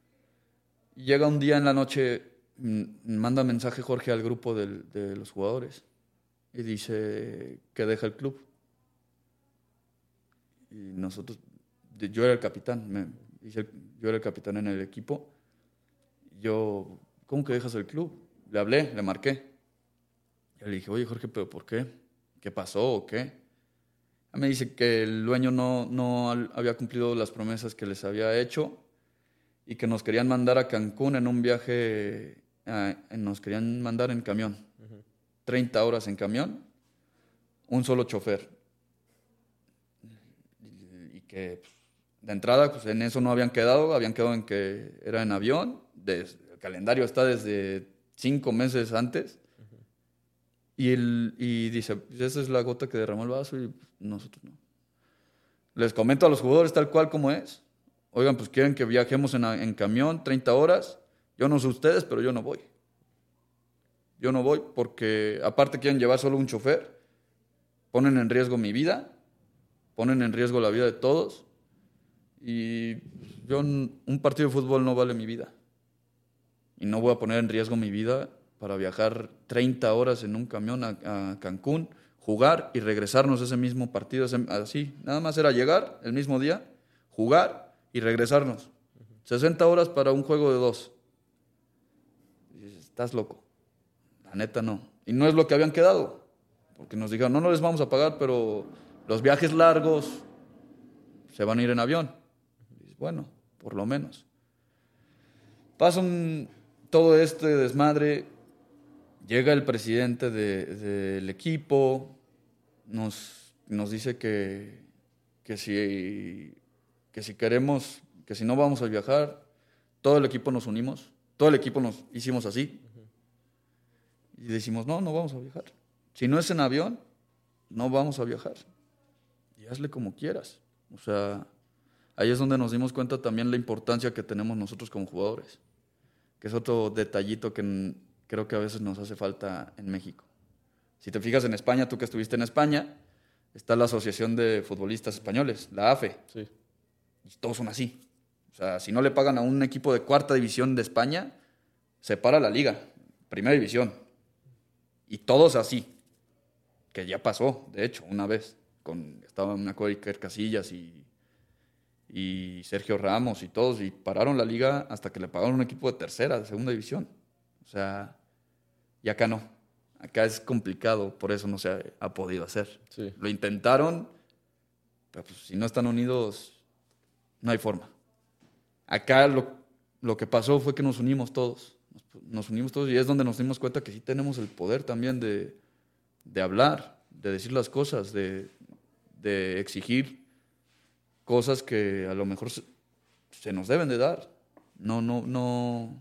Y llega un día en la noche, mm, manda mensaje Jorge al grupo del- de los jugadores y dice que deja el club. y nosotros, yo era el capitán, me, hice el, yo era el capitán en el equipo. Yo, ¿cómo que dejas el club? Le hablé, le marqué. Yo le dije, oye, Jorge, ¿pero por qué? ¿Qué pasó o qué? Me dice que el dueño no, no había cumplido las promesas que les había hecho y que nos querían mandar a Cancún en un viaje, eh, nos querían mandar en camión. Uh-huh. treinta horas en camión, un solo chofer. Y, y que pues, de entrada pues, en eso no habían quedado, habían quedado en que era en avión. Desde, el calendario está desde cinco meses antes. Uh-huh. Y, el, y dice, pues esa es la gota que derramó el vaso y nosotros no. Les comento a los jugadores tal cual como es. Oigan, pues quieren que viajemos en, en camión treinta horas. Yo no sé ustedes, pero yo no voy. Yo no voy porque aparte quieren llevar solo un chofer. Ponen en riesgo mi vida. Ponen en riesgo la vida de todos. Y yo, un partido de fútbol no vale mi vida. Y no voy a poner en riesgo mi vida para viajar treinta horas en un camión a, a Cancún, jugar y regresarnos ese mismo partido. Así, nada más era llegar el mismo día, jugar y regresarnos. Uh-huh. sesenta horas para un juego de dos. Y dices, estás loco. La neta no. Y no es lo que habían quedado. Porque nos dijeron, no, no les vamos a pagar, pero los viajes largos se van a ir en avión. Y dices, bueno, por lo menos. Pasa un, todo este desmadre. Llega el presidente de, del equipo. Nos, nos dice que, que, si, que si queremos, que si no vamos a viajar, todo el equipo nos unimos, todo el equipo nos hicimos así. Uh-huh. Y decimos, no, no vamos a viajar. Si no es en avión, no vamos a viajar. Y hazle como quieras. O sea, ahí es donde nos dimos cuenta también la importancia que tenemos nosotros como jugadores. Que es otro detallito que creo que a veces nos hace falta en México. Si te fijas en España, tú que estuviste en España, está la Asociación de Futbolistas Españoles, la A F E. Sí. Y todos son así. O sea, si no le pagan a un equipo de cuarta división de España, se para la liga, primera división. Y todos así. Que ya pasó, de hecho, una vez. Con, estaban me acuerdo, Iker Casillas y, y Sergio Ramos y todos. Y pararon la liga hasta que le pagaron un equipo de tercera, de segunda división. O sea, y acá no. Acá es complicado, por eso no se ha, ha podido hacer. Sí. Lo intentaron, pero pues, si no están unidos, no hay forma. Acá lo, lo que pasó fue que nos unimos todos. Nos, nos unimos todos y es donde nos dimos cuenta que sí tenemos el poder también de, de hablar, de decir las cosas, de, de exigir cosas que a lo mejor se, se nos deben de dar. No, no, no,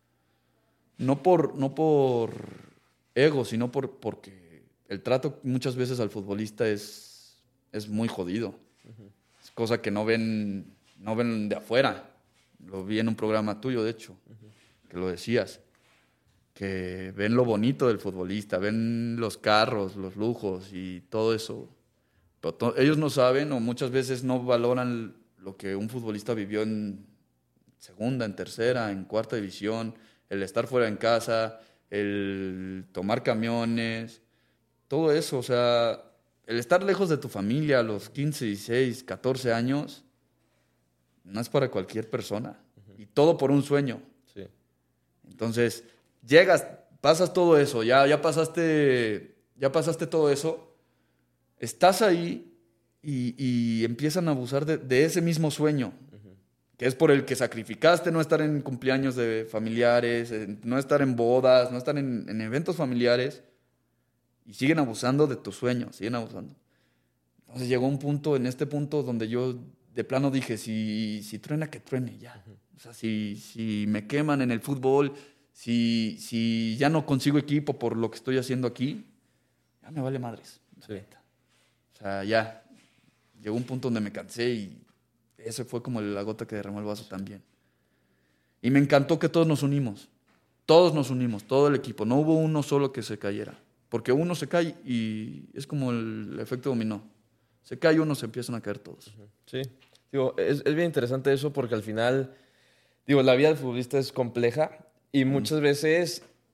no por... No por ego, sino por, porque el trato muchas veces al futbolista es, es muy jodido. Uh-huh. Es cosa que no ven, no ven de afuera. Lo vi en un programa tuyo, de hecho, uh-huh. que lo decías. Que ven lo bonito del futbolista, ven los carros, los lujos y todo eso. Pero to- ellos no saben o muchas veces no valoran lo que un futbolista vivió en segunda, en tercera, en cuarta división, el estar fuera en casa, el tomar camiones, todo eso, o sea, el estar lejos de tu familia a los quince, dieciséis, catorce años, no es para cualquier persona. Uh-huh. Y todo por un sueño. Sí. Entonces, llegas, pasas todo eso, ya, ya, pasaste, ya pasaste todo eso, estás ahí y, y empiezan a abusar de, de ese mismo sueño. Que es por el que sacrificaste no estar en cumpleaños de familiares, no estar en bodas, no estar en, en eventos familiares, y siguen abusando de tus sueños, siguen abusando. Entonces llegó un punto, en este punto, donde yo de plano dije, si, si truena, que truene, ya. Uh-huh. O sea, si, si me queman en el fútbol, si, si ya no consigo equipo por lo que estoy haciendo aquí, ya me vale madres. Sí. O sea, ya. Llegó un punto donde me cansé y ese fue como la gota que derramó el vaso también. Y me encantó que todos nos unimos. Todos nos unimos, todo el equipo. No hubo uno solo que se cayera. Porque uno se cae y es como el efecto dominó. Se cae uno, se empiezan a caer todos. Sí. Digo, es, es bien interesante eso porque al final, digo, la vida del futbolista es compleja y muchas mm. veces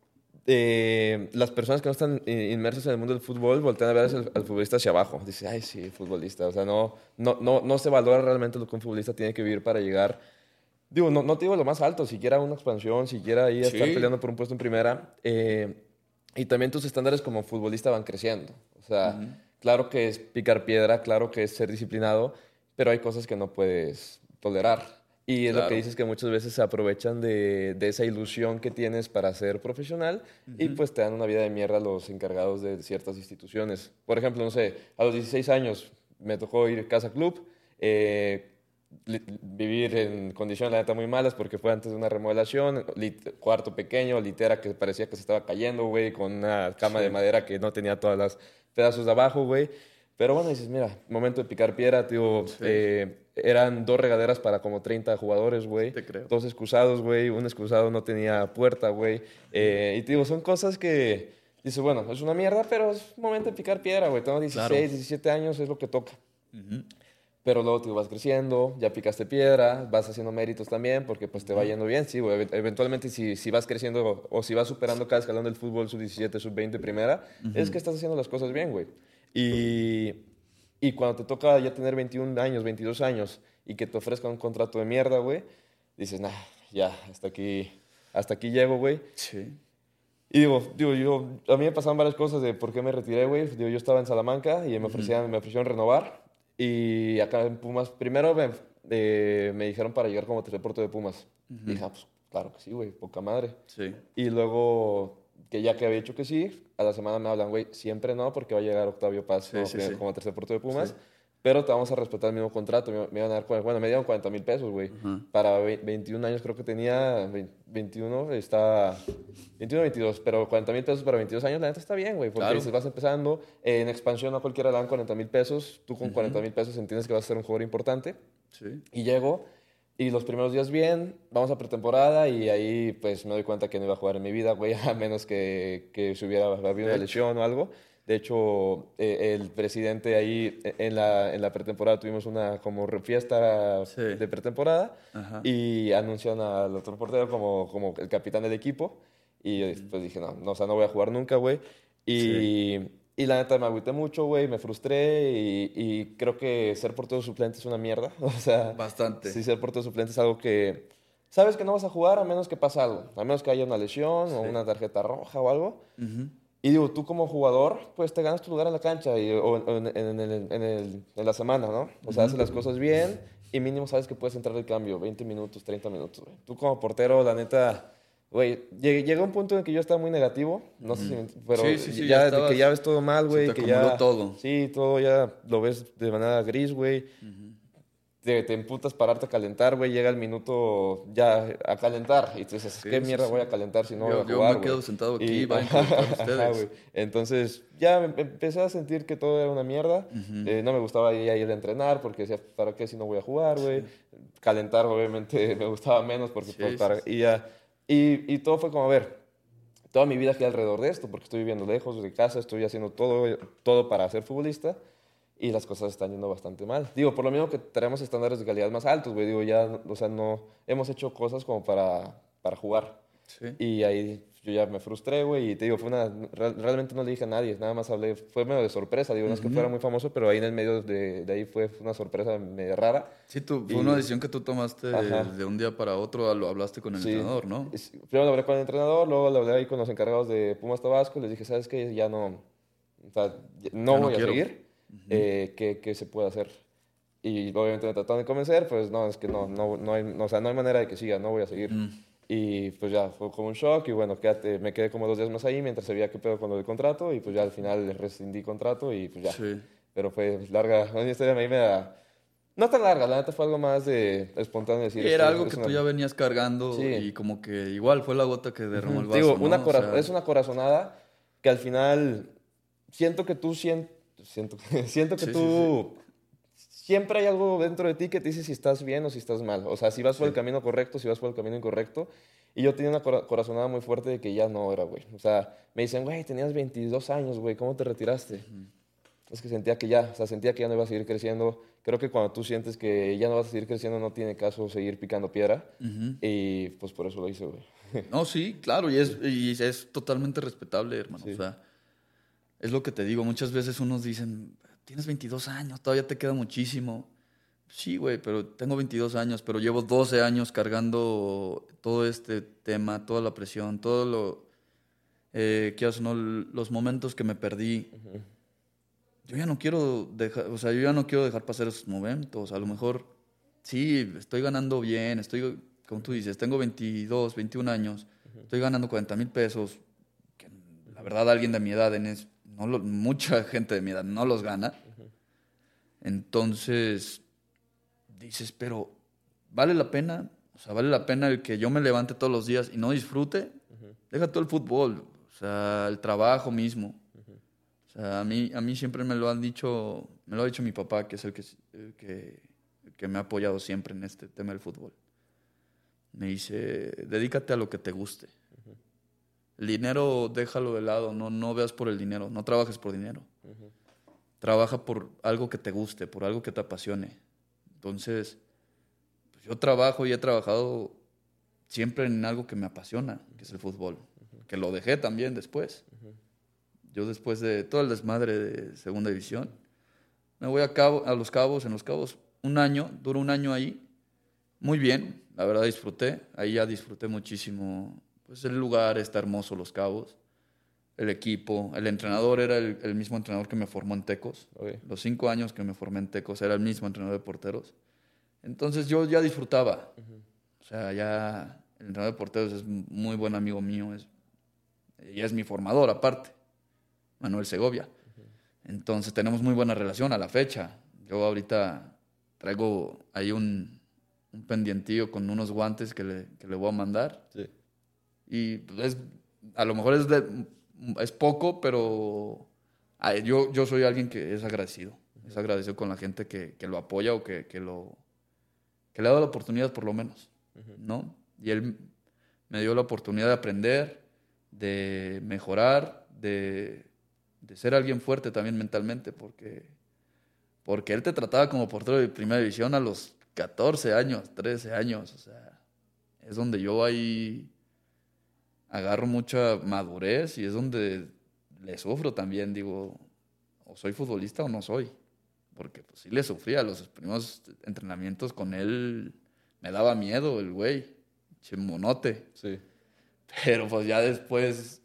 eh, las personas que no están eh, inmersas en el mundo del fútbol voltean a ver al, al futbolista hacia abajo. Dice, ay, sí, futbolista. O sea, no, no, no, no se valora realmente lo que un futbolista tiene que vivir para llegar. Digo, no, no te digo lo más alto, siquiera una expansión, siquiera ahí estar Sí. peleando por un puesto en primera. Eh, y también tus estándares como futbolista van creciendo. O sea, Ujú. claro que es picar piedra, claro que es ser disciplinado, pero hay cosas que no puedes tolerar. Y es lo que Claro. dices, que muchas veces se aprovechan de, de esa ilusión que tienes para ser profesional y Ujú. pues te dan una vida de mierda los encargados de ciertas instituciones. Por ejemplo, no sé, a los dieciséis años me tocó ir casa club, eh, li- vivir en condiciones, la neta, muy malas porque fue antes de una remodelación, lit- cuarto pequeño, litera que parecía que se estaba cayendo, güey, con una cama de Sí. madera que no tenía todas las pedazos de abajo, güey. Pero bueno, dices, mira, momento de picar piedra, tío. Sí. eh, eran dos regaderas para como treinta jugadores, güey. Te creo. Dos excusados, güey. Un excusado no tenía puerta, güey. Eh, y te digo, son cosas que dices, bueno, es una mierda, pero es momento de picar piedra, güey. Tengo dieciséis, Claro. diecisiete años, es lo que toca. Ujú. Pero luego te vas creciendo, ya picaste piedra, vas haciendo méritos también, porque pues te va yendo bien, sí, güey. Ev- Eventualmente, si, si vas creciendo o si vas superando cada escalón del fútbol, sub diecisiete, sub veinte, primera, es que estás haciendo las cosas bien, güey. Y, y cuando te toca ya tener veintiún años, veintidós años, y que te ofrezcan un contrato de mierda, güey, dices, nah, ya, hasta aquí, hasta aquí llego, güey. Sí. Y digo, digo, yo, a mí me pasaban varias cosas de por qué me retiré, güey. Digo, yo estaba en Salamanca y me ofrecían, me ofrecieron renovar. Y acá en Pumas, primero me, eh, me dijeron para llegar como tercer portero de Pumas. Dije, ah, pues claro que sí, güey, poca madre. Sí. Y luego, que ya que había dicho que sí, a la semana me hablan, güey, siempre no, porque va a llegar Octavio Paz Sí, como, sí, primer- sí. como tercer portero de Pumas. Sí. Pero te vamos a respetar el mismo contrato. Me, me iban a dar, cua- bueno, me dieron cuarenta mil pesos, güey. Ajá. Para ve- veintiún años creo que tenía, vein- veintiuno, está... veintiuno, veintidós, pero cuarenta mil pesos para veintidós años, la neta está bien, güey, porque Claro. dices, vas empezando, eh, en expansión no a cualquiera le dan cuarenta mil pesos, tú con Ujú. cuarenta mil pesos entiendes que vas a ser un jugador importante, Sí. y llego, y los primeros días bien, vamos a pretemporada, y ahí pues me doy cuenta que no iba a jugar en mi vida, güey, a menos que, que se hubiera habido De una hecho. lesión o algo. De hecho, eh, el presidente ahí, eh, en la, en la pretemporada tuvimos una como re- fiesta Sí. de pretemporada, Ajá. y anuncian al otro portero como, como el capitán del equipo. Y yo pues dije, no, no, o sea, no voy a jugar nunca, güey. Y, y la neta me agüité mucho, güey, me frustré y, y creo que ser portero suplente es una mierda. O sea, Bastante. sí, ser portero suplente es algo que sabes que no vas a jugar a menos que pase algo, a menos que haya una lesión o Sí. una tarjeta roja o algo. Ujú. Y digo, tú como jugador, pues te ganas tu lugar en la cancha y, o en, en- en el- en el- en la semana, ¿no? O sea, haces las cosas bien y mínimo sabes que puedes entrar el cambio, veinte minutos, treinta minutos, güey. Tú como portero, la neta, güey, llegué, llegué a un punto en el que yo estaba muy negativo, no sé si, me- pero Sí, sí, sí, ya, ya de que estabas- ya ves todo mal, se güey, te que acumuló ya... todo. Sí, todo ya lo ves de manera gris, güey. Te, te emputas pararte a calentar, güey, llega el minuto ya a calentar y tú dices, Sí, ¿qué sí, mierda sí. voy a calentar si no Yo- voy a yo jugar, me quedo güey? sentado aquí, Y- vayan a calentar Ajá, ustedes. güey. Entonces ya em- empecé a sentir que todo era una mierda. Eh, no me gustaba ir a ir a entrenar porque decía, ¿para qué si no voy a jugar, güey? Calentar, obviamente, me gustaba menos porque Sí, pues, sí, para... sí. Y, ya, y, y todo fue como, a ver, toda mi vida gira alrededor de esto porque estoy viviendo lejos de casa, estoy haciendo todo, todo para ser futbolista. Y las cosas están yendo bastante mal. Digo, por lo mismo que tenemos estándares de calidad más altos, güey. Digo, ya, o sea, no... Hemos hecho cosas como para, para jugar. Sí. Y ahí yo ya me frustré, güey. Y te digo, fue una... real- realmente no le dije a nadie. Nada más hablé... Fue medio de sorpresa. Digo, no es que fuera muy famoso, pero ahí en el medio de, de ahí fue una sorpresa medio rara. Sí, tú, fue Y- una decisión que tú tomaste Ajá. de un día para otro, lo hablaste con el Sí. entrenador, ¿no? Es- Primero lo hablé con el entrenador, luego lo hablé ahí con los encargados de Pumas Tabasco. Les dije, ¿sabes qué? Ya no... O sea, ya- no Ya no voy a quiero. seguir. Eh, ¿qué, qué se puede hacer? Y obviamente me trataron de convencer, pues no, es que no, no, no, hay, no, o sea, no hay manera de que siga, no voy a seguir. Y pues ya, fue como un shock y bueno, quédate, me quedé como dos días más ahí mientras se veía qué pedo con lo del contrato y pues ya al final rescindí contrato y pues ya. Sí. Pero fue larga, una historia a mí me da... No tan larga, la neta fue algo más de espontáneo decir. Sí, esto era es- algo es que una- tú ya venías cargando Sí. y como que igual fue la gota que derramó el Te vaso, digo, ¿no? una O cora- sea, es una corazonada que al final siento que tú siento, siento, siento que Sí, sí, tú siempre hay algo dentro de ti que te dice si estás bien o si estás mal. O sea, si vas por el Sí. camino correcto, si vas por el camino incorrecto. Y yo tenía una cora- corazonada muy fuerte de que ya no era, güey. O sea, me dicen, güey, tenías veintidós años, güey, ¿cómo te retiraste? es que sentía que ya, o sea, sentía que ya no iba a seguir creciendo. Creo que cuando tú sientes que ya no vas a seguir creciendo, no tiene caso seguir picando piedra. Ujú. Y pues por eso lo hice, güey. No, sí, claro, y es, y es totalmente respetable, hermano. Sí. O sea, es lo que te digo. Muchas veces unos dicen, tienes veintidós años, todavía te queda muchísimo. Sí, güey, pero tengo veintidós años, pero llevo doce años cargando todo este tema, toda la presión, todo lo, eh, quieras o no, los momentos que me perdí. Ujú. Yo ya no quiero dejar, o sea, yo ya no quiero dejar pasar esos momentos. A lo mejor, sí, estoy ganando bien, estoy, como tú dices, tengo veintidós, veintiún años, estoy ganando cuarenta mil pesos, que la verdad alguien de mi edad, en es, no lo- mucha gente de mi edad no los gana. Entonces, dices, pero ¿vale la pena? O sea, ¿vale la pena el que yo me levante todos los días y no disfrute? Deja todo el fútbol, o sea, el trabajo mismo. O sea, a mí, a mí siempre me lo han dicho, me lo ha dicho mi papá, que es el que, el que, el que me ha apoyado siempre en este tema del fútbol. Me dice, dedícate a lo que te guste. El dinero déjalo de lado, no, no veas por el dinero, no trabajes por dinero. Trabaja por algo que te guste, por algo que te apasione. Entonces, pues yo trabajo y he trabajado siempre en algo que me apasiona, que es el fútbol. Que lo dejé también después. Yo después de todo el desmadre de segunda división, me voy a, Cabo, a Los Cabos, en Los Cabos, un año, duró un año ahí, muy bien, la verdad disfruté, ahí ya disfruté muchísimo, pues el lugar está hermoso, Los Cabos, el equipo, el entrenador era el, el mismo entrenador que me formó en Tecos, Ok. los cinco años que me formé en Tecos era el mismo entrenador de porteros, entonces yo ya disfrutaba, o sea, ya el entrenador de porteros es muy buen amigo mío, es, y es mi formador aparte. Manuel Segovia. Entonces tenemos muy buena relación a la fecha. Yo ahorita traigo ahí un, un pendientillo con unos guantes que le, que le voy a mandar. Sí. Y pues, es, a lo mejor es, de, es poco, pero ay, yo, yo soy alguien que es agradecido. Es agradecido con la gente que, que lo apoya o que, que, lo, que le ha dado la oportunidad por lo menos. ¿No? Y él me dio la oportunidad de aprender, de mejorar, de de ser alguien fuerte también mentalmente, porque, porque él te trataba como portero de primera división a los catorce años, trece años, o sea, es donde yo ahí agarro mucha madurez y es donde le sufro también, digo, o soy futbolista o no soy, porque pues sí le sufría, los primeros entrenamientos con él me daba miedo el güey, chimonote, Sí. pero pues ya después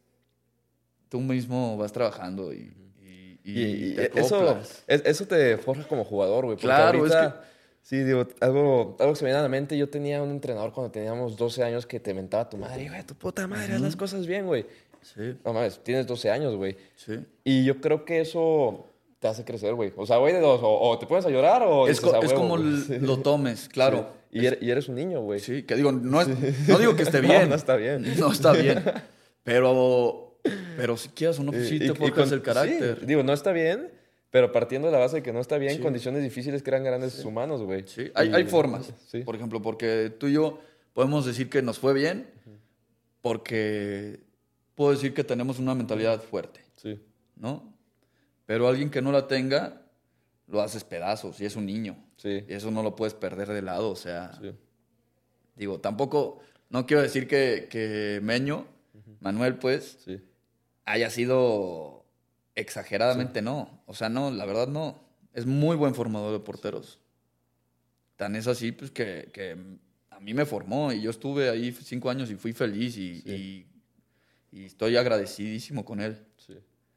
tú mismo vas trabajando y, y, y Y, y te eso, acoplas. es- eso te forja como jugador, güey. Porque Claro, es ahorita, sí, digo, algo, algo que se me viene a la mente. Yo tenía un entrenador cuando teníamos doce años que te mentaba tu madre, güey, tu puta madre, haz las cosas bien, güey. Sí, No mames, tienes doce años, güey. sí. Y yo creo que eso te hace crecer, güey. O sea, güey, de dos, o, o te pones a llorar o Es, dices co- a es huevo, como güey. l- Sí. lo tomes, Sí. claro. Y, eres, y eres un niño, güey. Sí, que digo, no, es, no digo que esté No, bien. no está bien. No está bien. Pero, pero si quieres o no, pues sí Y- te y- y forjas con- el carácter. Sí, digo, no está bien, pero partiendo de la base de que no está bien, Sí. condiciones difíciles crean grandes humanos, güey. Sí, hay, Y- hay formas. Sí. Por ejemplo, porque tú y yo podemos decir que nos fue bien porque puedo decir que tenemos una mentalidad fuerte, Sí. ¿no? Pero alguien que no la tenga, lo haces pedazos y es un niño. Sí. Y eso no lo puedes perder de lado. O sea, Sí. digo, tampoco, no quiero decir que, que Meño, Manuel, pues, Sí. haya sido exageradamente no. O sea, no, la verdad no. Es muy buen formador de porteros. Tan es así, pues, que, que a mí me formó y yo estuve ahí cinco años y fui feliz y, Sí. y, y estoy agradecidísimo con él. Sí.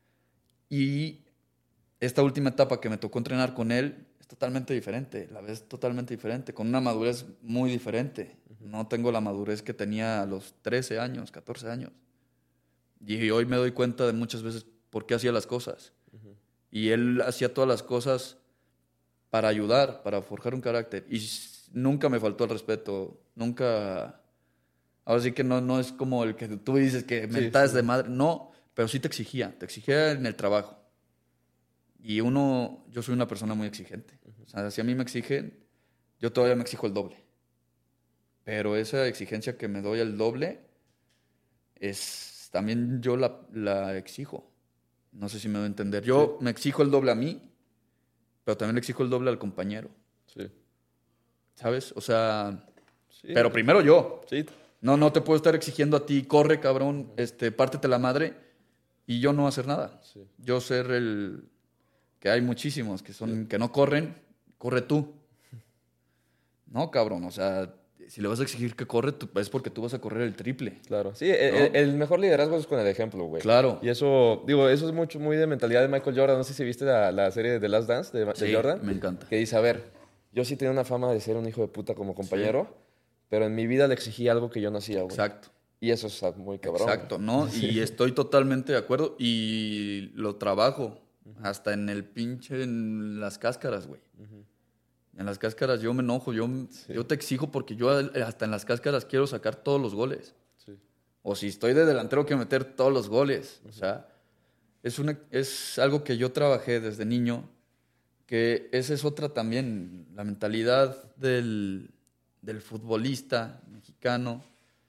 Y esta última etapa que me tocó entrenar con él es totalmente diferente, la ves totalmente diferente, con una madurez muy diferente. No tengo la madurez que tenía a los trece años, catorce años. Y hoy me doy cuenta de muchas veces por qué hacía las cosas. Y él hacía todas las cosas para ayudar, para forjar un carácter. Y s- nunca me faltó el respeto, nunca... Ahora sí que no, no es como el que tú dices que mentas sí. de madre, no, pero sí te exigía, te exigía en el trabajo. Y uno, yo soy una persona muy exigente. O sea, si a mí me exigen, yo todavía me exijo el doble. Pero esa exigencia que me doy el doble, es también yo la, la exijo. No sé si me voy a entender. Yo Sí. me exijo el doble a mí, pero también le exijo el doble al compañero. Sí. ¿Sabes? O sea, Sí. pero primero yo. Sí. No, no te puedo estar exigiendo a ti, corre, cabrón, este, pártete la madre, y yo no hacer nada. Sí. Yo ser el... Que hay muchísimos que son que no corren, corre tú. No, cabrón, o sea, si le vas a exigir que corre, tú- es porque tú vas a correr el triple. Claro, sí, el, ¿No? el- el mejor liderazgo es con el ejemplo, güey. Claro. Y eso, digo, eso es mucho, muy de mentalidad de Michael Jordan. No sé si viste la, la serie de The Last Dance de, de Sí, Jordan. me encanta. Que dice, a ver, yo sí tenía una fama de ser un hijo de puta como compañero, pero en mi vida le exigí algo que yo no hacía, güey. Exacto. Y eso es muy cabrón. Exacto, güey. ¿no? Y estoy totalmente de acuerdo y lo trabajo hasta en el pinche, en las cáscaras, güey. En las cáscaras yo me enojo, yo, yo te exijo porque yo hasta en las cáscaras quiero sacar todos los goles. Sí. O si estoy de delantero, quiero meter todos los goles. O sea, es, una, es algo que yo trabajé desde niño, que esa es otra también, la mentalidad del, del futbolista mexicano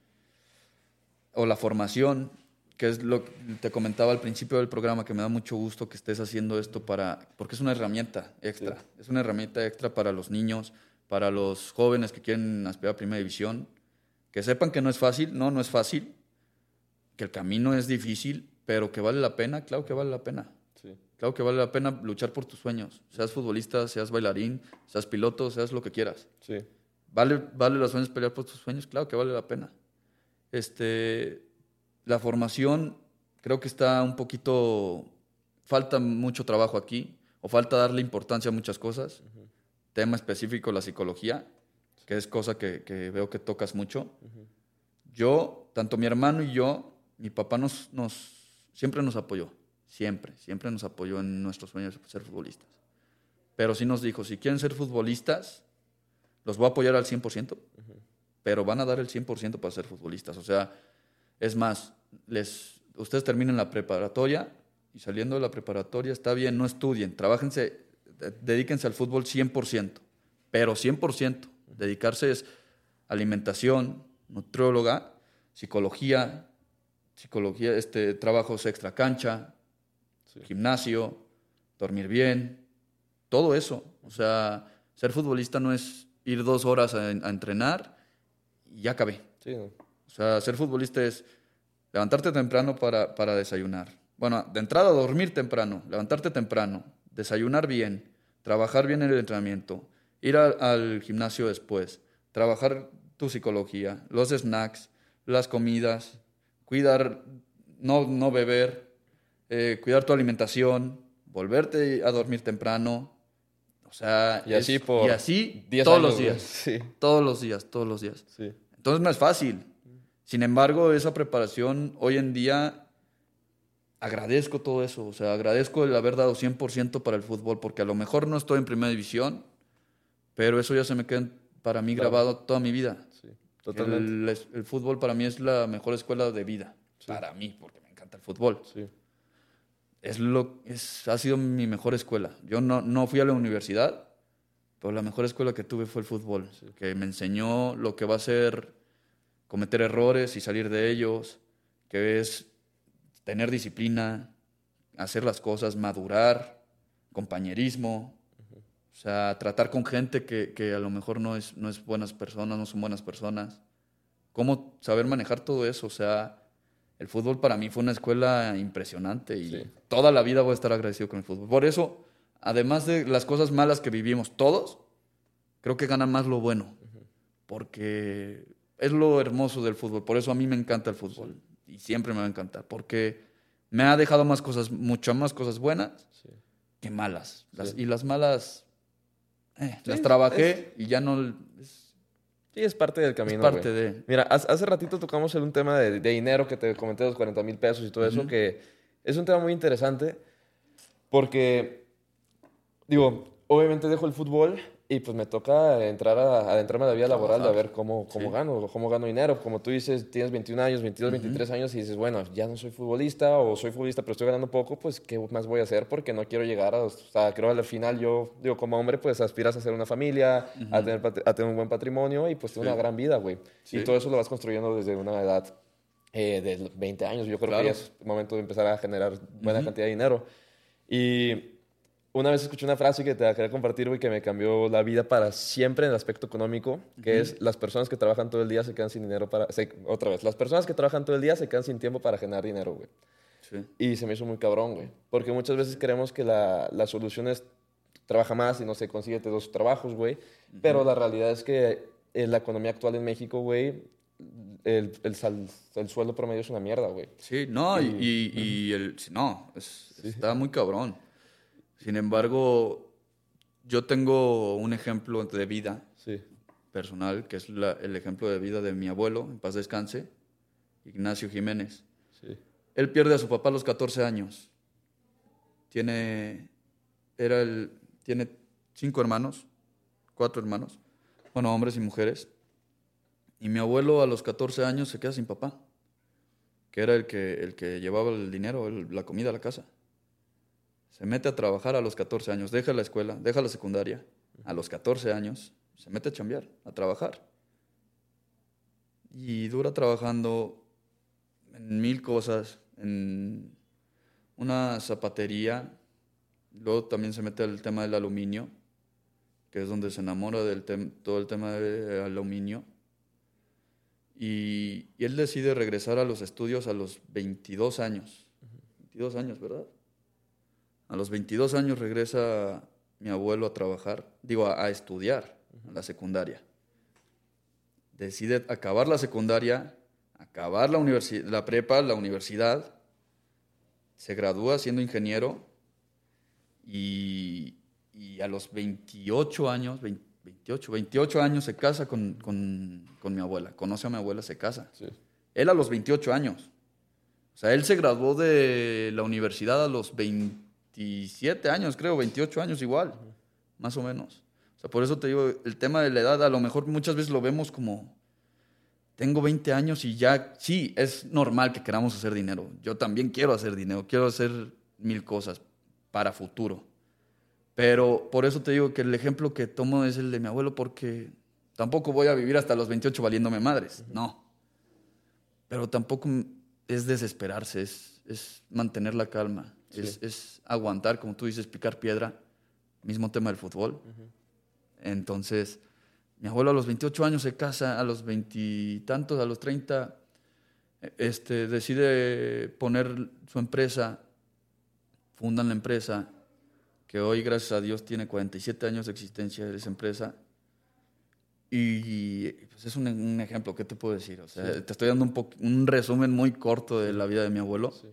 o la formación, que es lo que te comentaba al principio del programa, que me da mucho gusto que estés haciendo esto para, porque es una herramienta extra, Sí. es una herramienta extra para los niños, para los jóvenes que quieren aspirar a primera división, que sepan que no es fácil, no, no es fácil, que el camino es difícil, pero que vale la pena, claro que vale la pena. Sí. Claro que vale la pena luchar por tus sueños, seas futbolista, seas bailarín, seas piloto, seas lo que quieras. Sí. ¿Vale, vale los sueños pelear por tus sueños? Claro que vale la pena. Este, la formación creo que está un poquito, falta mucho trabajo aquí, o falta darle importancia a muchas cosas. Uh-huh. Tema específico, la psicología, que es cosa que, que veo que tocas mucho. Uh-huh. Yo, tanto mi hermano y yo, mi papá nos, nos, siempre nos apoyó, siempre, siempre nos apoyó en nuestros sueños de ser futbolistas. Pero sí nos dijo, si quieren ser futbolistas, los voy a apoyar al cien por ciento, uh-huh. pero van a dar el cien por ciento para ser futbolistas. O sea, es más, les, ustedes terminen la preparatoria y saliendo de la preparatoria está bien, no estudien, trabajense, dedíquense al fútbol cien por ciento, pero cien por ciento. Dedicarse es alimentación, nutrióloga, psicología, psicología, este, trabajos extra cancha, sí. Gimnasio, dormir bien, todo eso. O sea, ser futbolista no es ir dos horas a, a entrenar y ya acabé. Sí, ¿no? O sea, ser futbolista es levantarte temprano para, para desayunar. Bueno, de entrada dormir temprano, levantarte temprano, desayunar bien, trabajar bien en el entrenamiento, ir a, al gimnasio después, trabajar tu psicología, los snacks, las comidas, cuidar, no, no beber, eh, cuidar tu alimentación, volverte a dormir temprano. O sea, y así, es, por y así diez todos años, los días. Sí. Todos los días, todos los días. Sí. Entonces no es fácil. Sin embargo, esa preparación hoy en día agradezco todo eso. O sea, agradezco el haber dado cien por ciento para el fútbol, porque a lo mejor no estoy en primera división, pero eso ya se me queda para mí claro. grabado toda mi vida. Sí, totalmente. El, el fútbol para mí es la mejor escuela de vida. Sí. Para mí, porque me encanta el fútbol. Sí. Es lo, es, ha sido mi mejor escuela. Yo no, no fui a la universidad, pero la mejor escuela que tuve fue el fútbol, sí. que me enseñó lo que va a ser cometer errores y salir de ellos, que es tener disciplina, hacer las cosas, madurar, compañerismo, uh-huh. o sea, tratar con gente que, que a lo mejor no es, no es buenas personas, no son buenas personas. Cómo saber manejar todo eso, o sea, el fútbol para mí fue una escuela impresionante y sí. toda la vida voy a estar agradecido con el fútbol. Por eso, además de las cosas malas que vivimos todos, creo que gana más lo bueno, uh-huh. porque es lo hermoso del fútbol. Por eso a mí me encanta el fútbol sí. y siempre me va a encantar, porque me ha dejado más cosas, muchas más cosas buenas sí. que malas. Las, sí. Y las malas eh, sí, las trabajé es, y ya no... Es, sí, es parte del camino. Es parte güey. de... Mira, hace ratito tocamos un tema de, de dinero que te comenté, los cuarenta mil pesos y todo uh-huh. eso, que es un tema muy interesante porque, digo, obviamente dejo el fútbol y pues me toca entrar a adentrarme a la vida laboral de a ver cómo, cómo sí. gano, cómo gano dinero. Como tú dices, tienes veintiún años, veintidós, uh-huh. veintitrés años y dices, bueno, ya no soy futbolista o soy futbolista pero estoy ganando poco, pues ¿qué más voy a hacer? Porque no quiero llegar a... O sea, creo que al final yo, digo, como hombre, pues aspiras a hacer una familia, uh-huh. a, tener, a tener un buen patrimonio y pues tener sí. una gran vida, güey. Sí. Y todo eso lo vas construyendo desde una edad eh, de veinte años. Yo creo Claro. que ya es momento de empezar a generar buena Ujú. cantidad de dinero. Y una vez escuché una frase que te la quería compartir, güey, que me cambió la vida para siempre en el aspecto económico, que Ujú. es las personas que trabajan todo el día se quedan sin dinero para... se- otra vez, las personas que trabajan todo el día se quedan sin tiempo para generar dinero, güey. Sí. Y se me hizo muy cabrón, güey. Porque muchas veces creemos que la, la solución es trabaja más y no sé, consíguete dos trabajos, güey. Pero la realidad es que en la economía actual en México, güey, el, el, sal- el sueldo promedio es una mierda, güey. Sí, no, y, Y- y- y el, sí, no, es- está muy cabrón. Sin embargo, yo tengo un ejemplo de vida Sí, personal, que es la- el ejemplo de vida de mi abuelo, en paz descanse, Ignacio Jiménez. sí, Él pierde a su papá a los catorce años. Tiene, era el, tiene cinco hermanos, cuatro hermanos, bueno, hombres y mujeres. Y mi abuelo a los catorce años se queda sin papá, que era el que, el que llevaba el dinero, el- la comida a la casa. Se mete a trabajar a los catorce años, deja la escuela, deja la secundaria. A los catorce años se mete a chambear, a trabajar. Y dura trabajando en mil cosas, en una zapatería. Luego también se mete al tema del aluminio, que es donde se enamora del tem- todo el tema del aluminio. Y, y él decide regresar a los estudios a los veintidós años. veintidós años, ¿verdad? A los veintidós años regresa mi abuelo a trabajar, digo, a, a estudiar a la secundaria. Decide acabar la secundaria, acabar la, universi- la prepa, la universidad, se gradúa siendo ingeniero y, y a los veintiocho años, veinte, veintiocho, veintiocho años se casa con, con, con mi abuela, conoce a mi abuela, se casa. sí. Él a los veintiocho años. O sea, él se graduó de la universidad a los veintisiete años, creo, veintiocho años igual, más o menos. O sea, por eso te digo, el tema de la edad, a lo mejor muchas veces lo vemos como, tengo veinte años y ya, sí, es normal que queramos hacer dinero. Yo también quiero hacer dinero, quiero hacer mil cosas para futuro. Pero por eso te digo que el ejemplo que tomo es el de mi abuelo, porque tampoco voy a vivir hasta los veintiocho valiéndome madres, no. Pero tampoco es desesperarse, es, es mantener la calma, Sí. es, es aguantar, como tú dices, picar piedra, mismo tema del fútbol. Entonces, mi abuelo a los veintiocho años se casa, a los veintitantos, a los treinta, este, decide poner su empresa, fundan la empresa, que hoy, gracias a Dios, tiene cuarenta y siete años de existencia de esa empresa. Y pues es un, un ejemplo, ¿qué te puedo decir? O sea, Sí. te estoy dando un, po- un resumen muy corto de la vida de mi abuelo, Sí.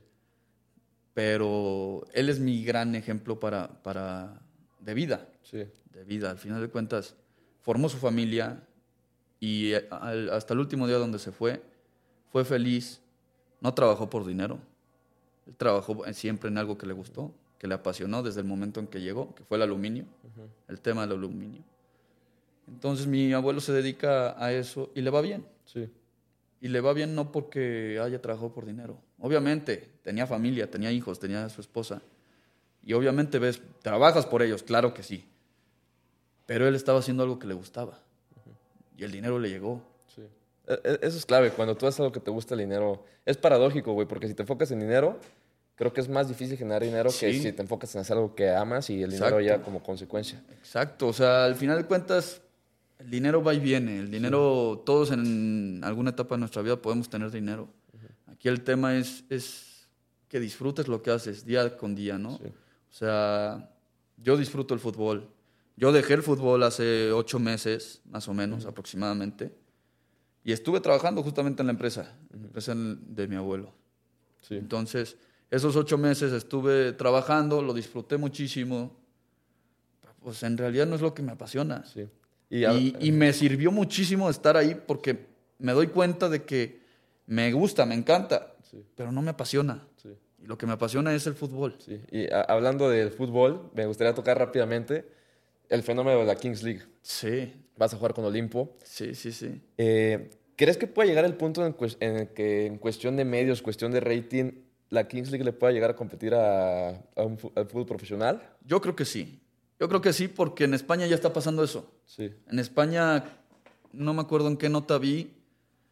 pero él es mi gran ejemplo para, para, de vida, Sí. de vida. Al final de cuentas, formó su familia y eh, al- hasta el último día donde se fue, fue feliz, no trabajó por dinero, él trabajó siempre en algo que le gustó, que le apasionó desde el momento en que llegó, que fue el aluminio, el tema del aluminio. Entonces mi abuelo se dedica a eso y le va bien. Sí. Y le va bien no porque haya trabajado por dinero. Obviamente, tenía familia, tenía hijos, tenía a su esposa. Y obviamente ves, trabajas por ellos, claro que sí. Pero él estaba haciendo algo que le gustaba. Y el dinero le llegó. Sí. E- e- Eso es clave. Cuando tú haces algo que te gusta el dinero, es paradójico, güey, porque si te enfocas en dinero, creo que es más difícil generar dinero que Sí. si te enfocas en hacer algo que amas y el dinero Exacto. ya como consecuencia. Exacto, o sea, al final de cuentas, el dinero va y viene. El dinero, todos en alguna etapa de nuestra vida podemos tener dinero. Aquí el tema es, es que disfrutes lo que haces día con día, ¿no? Sí. O sea, yo disfruto el fútbol. Yo dejé el fútbol hace ocho meses, más o menos, aproximadamente. Y estuve trabajando justamente en la empresa, en la empresa de mi abuelo. Sí. Entonces, esos ocho meses estuve trabajando, lo disfruté muchísimo. Pues en realidad no es lo que me apasiona. Sí. Y, a- y me sirvió muchísimo estar ahí porque me doy cuenta de que me gusta, me encanta, Sí. pero no me apasiona. Sí. Y lo que me apasiona es el fútbol. Sí. Y a- hablando del fútbol, me gustaría tocar rápidamente el fenómeno de la Kings League. Sí, Vas a jugar con Olimpo. sí, sí, sí. Eh, ¿crees que pueda llegar el punto en, cues- en el que en cuestión de medios, cuestión de rating, la Kings League le pueda llegar a competir a, a un fu- al fútbol profesional? Yo creo que sí. Yo creo que sí porque en España ya está pasando eso. Sí. En España, no me acuerdo en qué nota vi,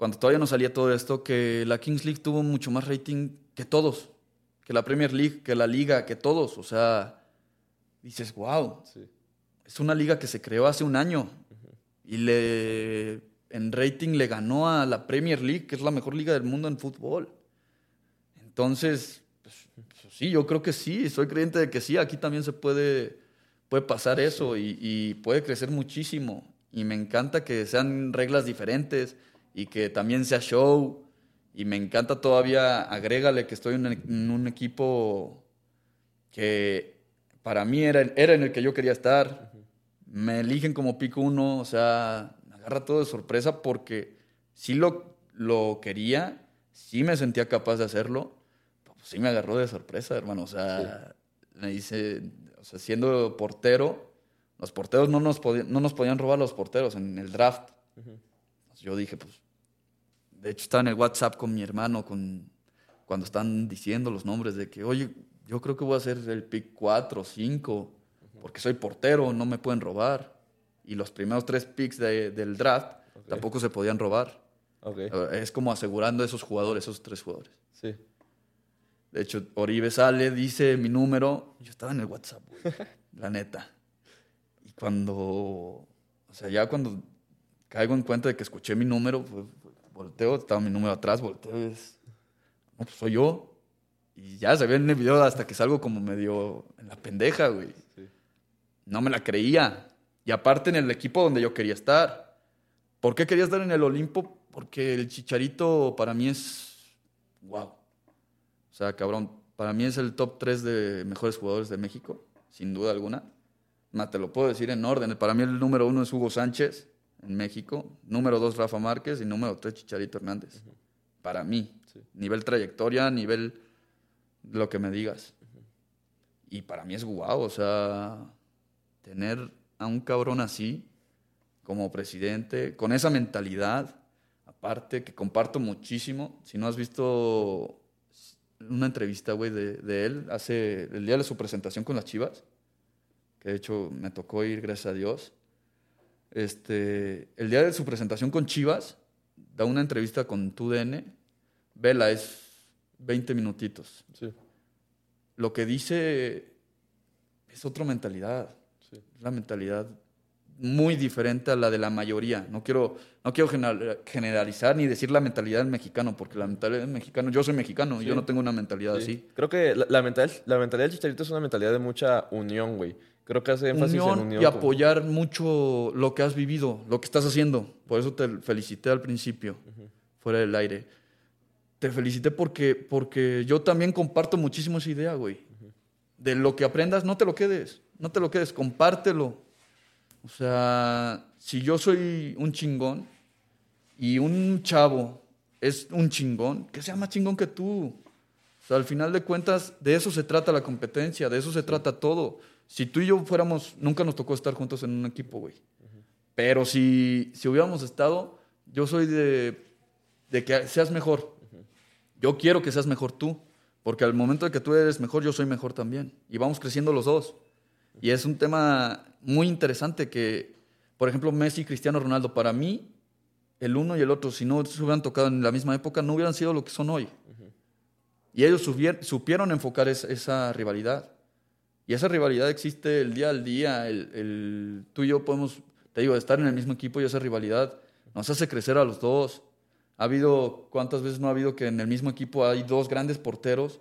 cuando todavía no salía todo esto, que la Kings League tuvo mucho más rating que todos, que la Premier League, que la Liga, que todos. O sea, dices, wow, Sí. es una liga que se creó hace un año uh-huh. y le, en rating le ganó a la Premier League, que es la mejor liga del mundo en fútbol. Entonces, pues, pues sí, yo creo que sí, soy creyente de que sí, aquí también se puede, puede pasar eso y, y puede crecer muchísimo. Y me encanta que sean reglas diferentes y que también sea show. Y me encanta todavía, agrégale que estoy en, en un equipo que para mí era, era en el que yo quería estar. Uh-huh. Me eligen como pick uno, o sea, me agarra todo de sorpresa porque sí lo, lo quería, sí me sentía capaz de hacerlo, pero pues sí me agarró de sorpresa, hermano. O sea, sí. me dice, o sea, siendo portero, los porteros no nos, podían, no nos podían robar los porteros en el draft. Uh-huh. Entonces yo dije, pues, de hecho estaba en el WhatsApp con mi hermano con, cuando están diciendo los nombres de que, oye, yo creo que voy a hacer el pick cuatro o cinco, uh-huh. porque soy portero, no me pueden robar. Y los primeros tres picks de, del draft okay. tampoco se podían robar. Okay. Es como asegurando a esos jugadores, esos tres jugadores. Sí. De hecho, Oribe sale, dice mi número. Yo estaba en el WhatsApp, güey, la neta. Y cuando, o sea, ya cuando caigo en cuenta de que escuché mi número, pues, volteo, estaba mi número atrás, volteo y es, no, pues soy yo. Y ya se ve en el video hasta que salgo como medio en la pendeja, güey. Sí. No me la creía. Y aparte en el equipo donde yo quería estar. ¿Por qué quería estar en el Olimpo? Porque el Chicharito para mí es, wow. O sea, cabrón, para mí es el top tres de mejores jugadores de México, sin duda alguna. No, te lo puedo decir en orden. Para mí el número uno es Hugo Sánchez, en México. Número dos, Rafa Márquez. Y número tres, Chicharito Hernández. Uh-huh. Para mí. Sí. Nivel trayectoria, nivel lo que me digas. Uh-huh. Y para mí es guau. O sea, tener a un cabrón así como presidente, con esa mentalidad, aparte, que comparto muchísimo. Si no has visto una entrevista, güey, de, de él, hace el día de su presentación con las Chivas, que de hecho me tocó ir, gracias a Dios. Este, el día de su presentación con Chivas, da una entrevista con T U D N, vela, es veinte minutitos. Sí. Lo que dice es otra mentalidad, sí. Es la mentalidad muy diferente a la de la mayoría. No quiero, no quiero generalizar ni decir la mentalidad del mexicano, porque la mentalidad del mexicano, yo soy mexicano sí. y yo no tengo una mentalidad sí. así. Creo que la, la, mental, la mentalidad del Chicharito es una mentalidad de mucha unión, güey. Creo que hace énfasis unión en unión. Y apoyar como... mucho lo que has vivido, lo que estás haciendo. Por eso te felicité al principio, uh-huh. fuera del aire. Te felicité porque, porque yo también comparto muchísimo esa idea, güey. Uh-huh. De lo que aprendas, no te lo quedes. No te lo quedes, compártelo. O sea, si yo soy un chingón y un chavo es un chingón, que sea más chingón que tú. O sea, al final de cuentas, de eso se trata la competencia, de eso se trata todo. Si tú y yo fuéramos, nunca nos tocó estar juntos en un equipo, güey. Uh-huh. Pero si, si hubiéramos estado, yo soy de, de que seas mejor. Uh-huh. Yo quiero que seas mejor tú, porque al momento de que tú eres mejor, yo soy mejor también. Y vamos creciendo los dos. Uh-huh. Y es un tema muy interesante que, por ejemplo, Messi y Cristiano Ronaldo, para mí, el uno y el otro, si no se hubieran tocado en la misma época, no hubieran sido lo que son hoy. Uh-huh. Y ellos subier, supieron enfocar es, esa rivalidad. Y esa rivalidad existe el día al día. El, el, tú y yo podemos, te digo, estar en el mismo equipo y esa rivalidad nos hace crecer a los dos. Ha habido, ¿cuántas veces no ha habido que en el mismo equipo hay dos grandes porteros?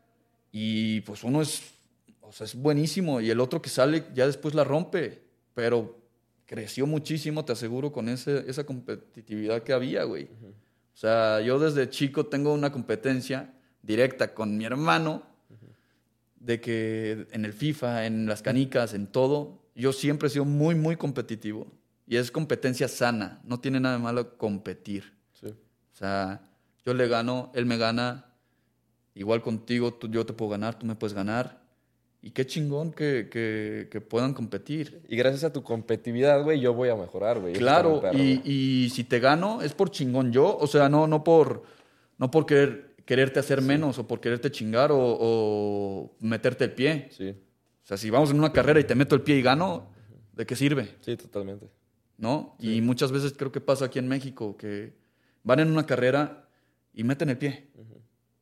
Y pues uno es, o sea, es buenísimo y el otro que sale ya después la rompe. Pero creció muchísimo, te aseguro, con ese, esa competitividad que había, güey. Uh-huh. O sea, yo desde chico tengo una competencia directa con mi hermano, de que en el FIFA, en las canicas, en todo, yo siempre he sido muy, muy competitivo. Y es competencia sana. No tiene nada de malo competir. Sí. O sea, yo le gano, él me gana. Igual contigo, tú, yo te puedo ganar, tú me puedes ganar. Y qué chingón que, que, que puedan competir. Y gracias a tu competitividad, güey, yo voy a mejorar, güey. Claro, perro, y, y si te gano, es por chingón yo. O sea, no, no por, no por querer... quererte hacer sí. menos o por quererte chingar o, o meterte el pie. Sí. O sea, si vamos en una carrera y te meto el pie y gano, ¿de qué sirve? Sí, totalmente. ¿No? Sí. Y muchas veces creo que pasa aquí en México que, van en una carrera y meten el pie. Uh-huh.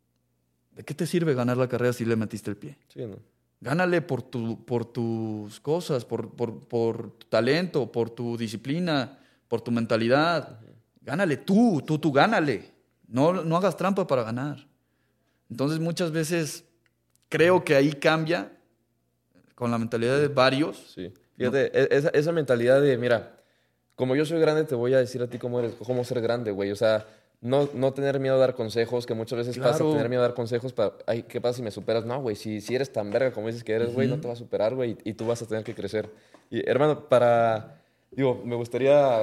¿De qué te sirve ganar la carrera si le metiste el pie? Sí, ¿no? Gánale por, tu, por tus cosas, por, por, por tu talento, por tu disciplina, por tu mentalidad. Uh-huh. Gánale tú, tú, tú, gánale. No, no hagas trampa para ganar. Entonces, muchas veces creo que ahí cambia con la mentalidad de varios. Sí. Fíjate, ¿no? esa, esa mentalidad de, mira, como yo soy grande, te voy a decir a ti cómo, eres, cómo ser grande, güey. O sea, no, no tener miedo a dar consejos, que muchas veces claro. pasa tener miedo a dar consejos para, ay, ¿qué pasa si me superas? No, güey, si, si eres tan verga como dices que eres, güey, uh-huh. no te va a superar, güey, y, y tú vas a tener que crecer. Y, hermano, para, digo, me gustaría,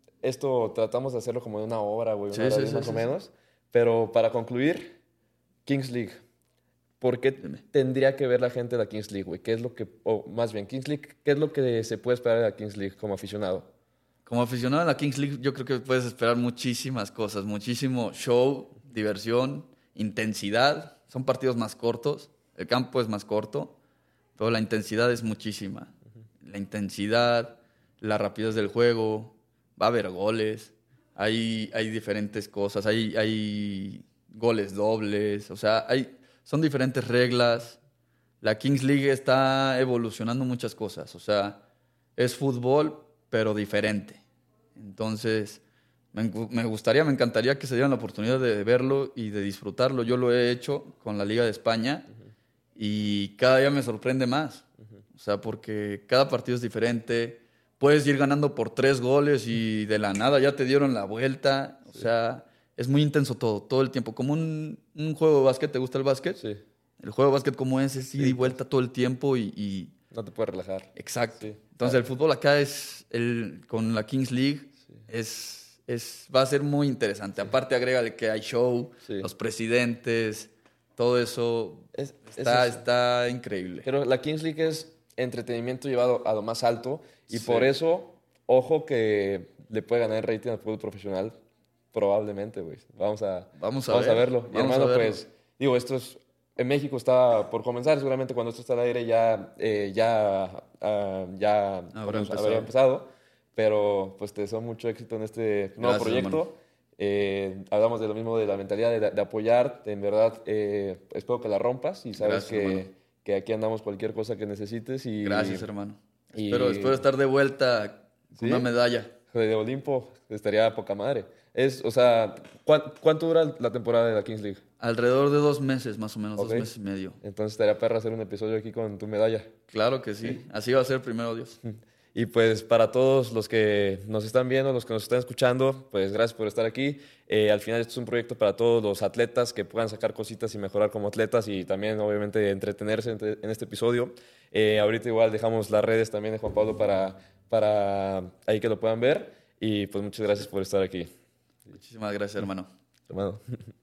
esto tratamos de hacerlo como de una hora, güey, una sí, hora sí, sí, más sí, o sí. menos, pero para concluir, Kings League. ¿Por qué tendría que ver la gente de la Kings League, güey? ¿Qué es lo que, o más bien, Kings League, qué es lo que se puede esperar de la Kings League como aficionado? Como aficionado a la Kings League, yo creo que puedes esperar muchísimas cosas. Muchísimo show, diversión, intensidad. Son partidos más cortos. El campo es más corto, pero la intensidad es muchísima. Uh-huh. La intensidad, la rapidez del juego, va a haber goles, hay, hay diferentes cosas, hay, hay goles dobles, o sea, hay, son diferentes reglas. La Kings League está evolucionando muchas cosas, o sea, es fútbol, pero diferente. Entonces, me, me gustaría, me encantaría que se dieran la oportunidad de verlo y de disfrutarlo. Yo lo he hecho con la Liga de España uh-huh. y cada día me sorprende más. Uh-huh. O sea, porque cada partido es diferente. Puedes ir ganando por tres goles y de la nada ya te dieron la vuelta. O sí. sea, es muy intenso todo, todo el tiempo. Como un, un juego de básquet, ¿te gusta el básquet? Sí. El juego de básquet como es, es ida sí. y vuelta todo el tiempo y... y... no te puedes relajar. Exacto. Sí. Entonces ah. el fútbol acá es, el, con la Kings League, sí. es, es, va a ser muy interesante. Sí. Aparte agrégale que hay show, sí. los presidentes, todo eso es, está, es está increíble. Pero la Kings League es entretenimiento llevado a lo más alto y sí. por eso, ojo que le puede ganar el rating al fútbol profesional, probablemente, güey. Vamos a, vamos a, vamos ver. a verlo. Vamos y hermano, a verlo. pues, digo, esto es... En México está por comenzar, seguramente cuando esto está al aire ya, eh, ya, uh, ya habrá empezado. habría empezado, pero pues te deseo mucho éxito en este nuevo Gracias, proyecto. Eh, hablamos de lo mismo, de la mentalidad de, de apoyar, en verdad, eh, espero que la rompas y sabes Gracias, que, que aquí andamos cualquier cosa que necesites. Y, Gracias, hermano. Y, espero, espero estar de vuelta con ¿sí? una medalla. De Olimpo, estaría poca madre. Es, o sea, ¿cuánto dura la temporada de la Kings League? Alrededor de dos meses, más o menos, okay. dos meses y medio. Entonces estaría perra hacer un episodio aquí con tu medalla. Claro que sí, sí. Así va a ser, primero Dios. Y pues para todos los que nos están viendo, los que nos están escuchando, pues gracias por estar aquí. Eh, al final esto es un proyecto para todos los atletas que puedan sacar cositas y mejorar como atletas y también obviamente entretenerse en este episodio. Eh, ahorita igual dejamos las redes también de Juan Pablo para, para ahí que lo puedan ver. Y pues muchas gracias por estar aquí. Muchísimas gracias, hermano. Hermano.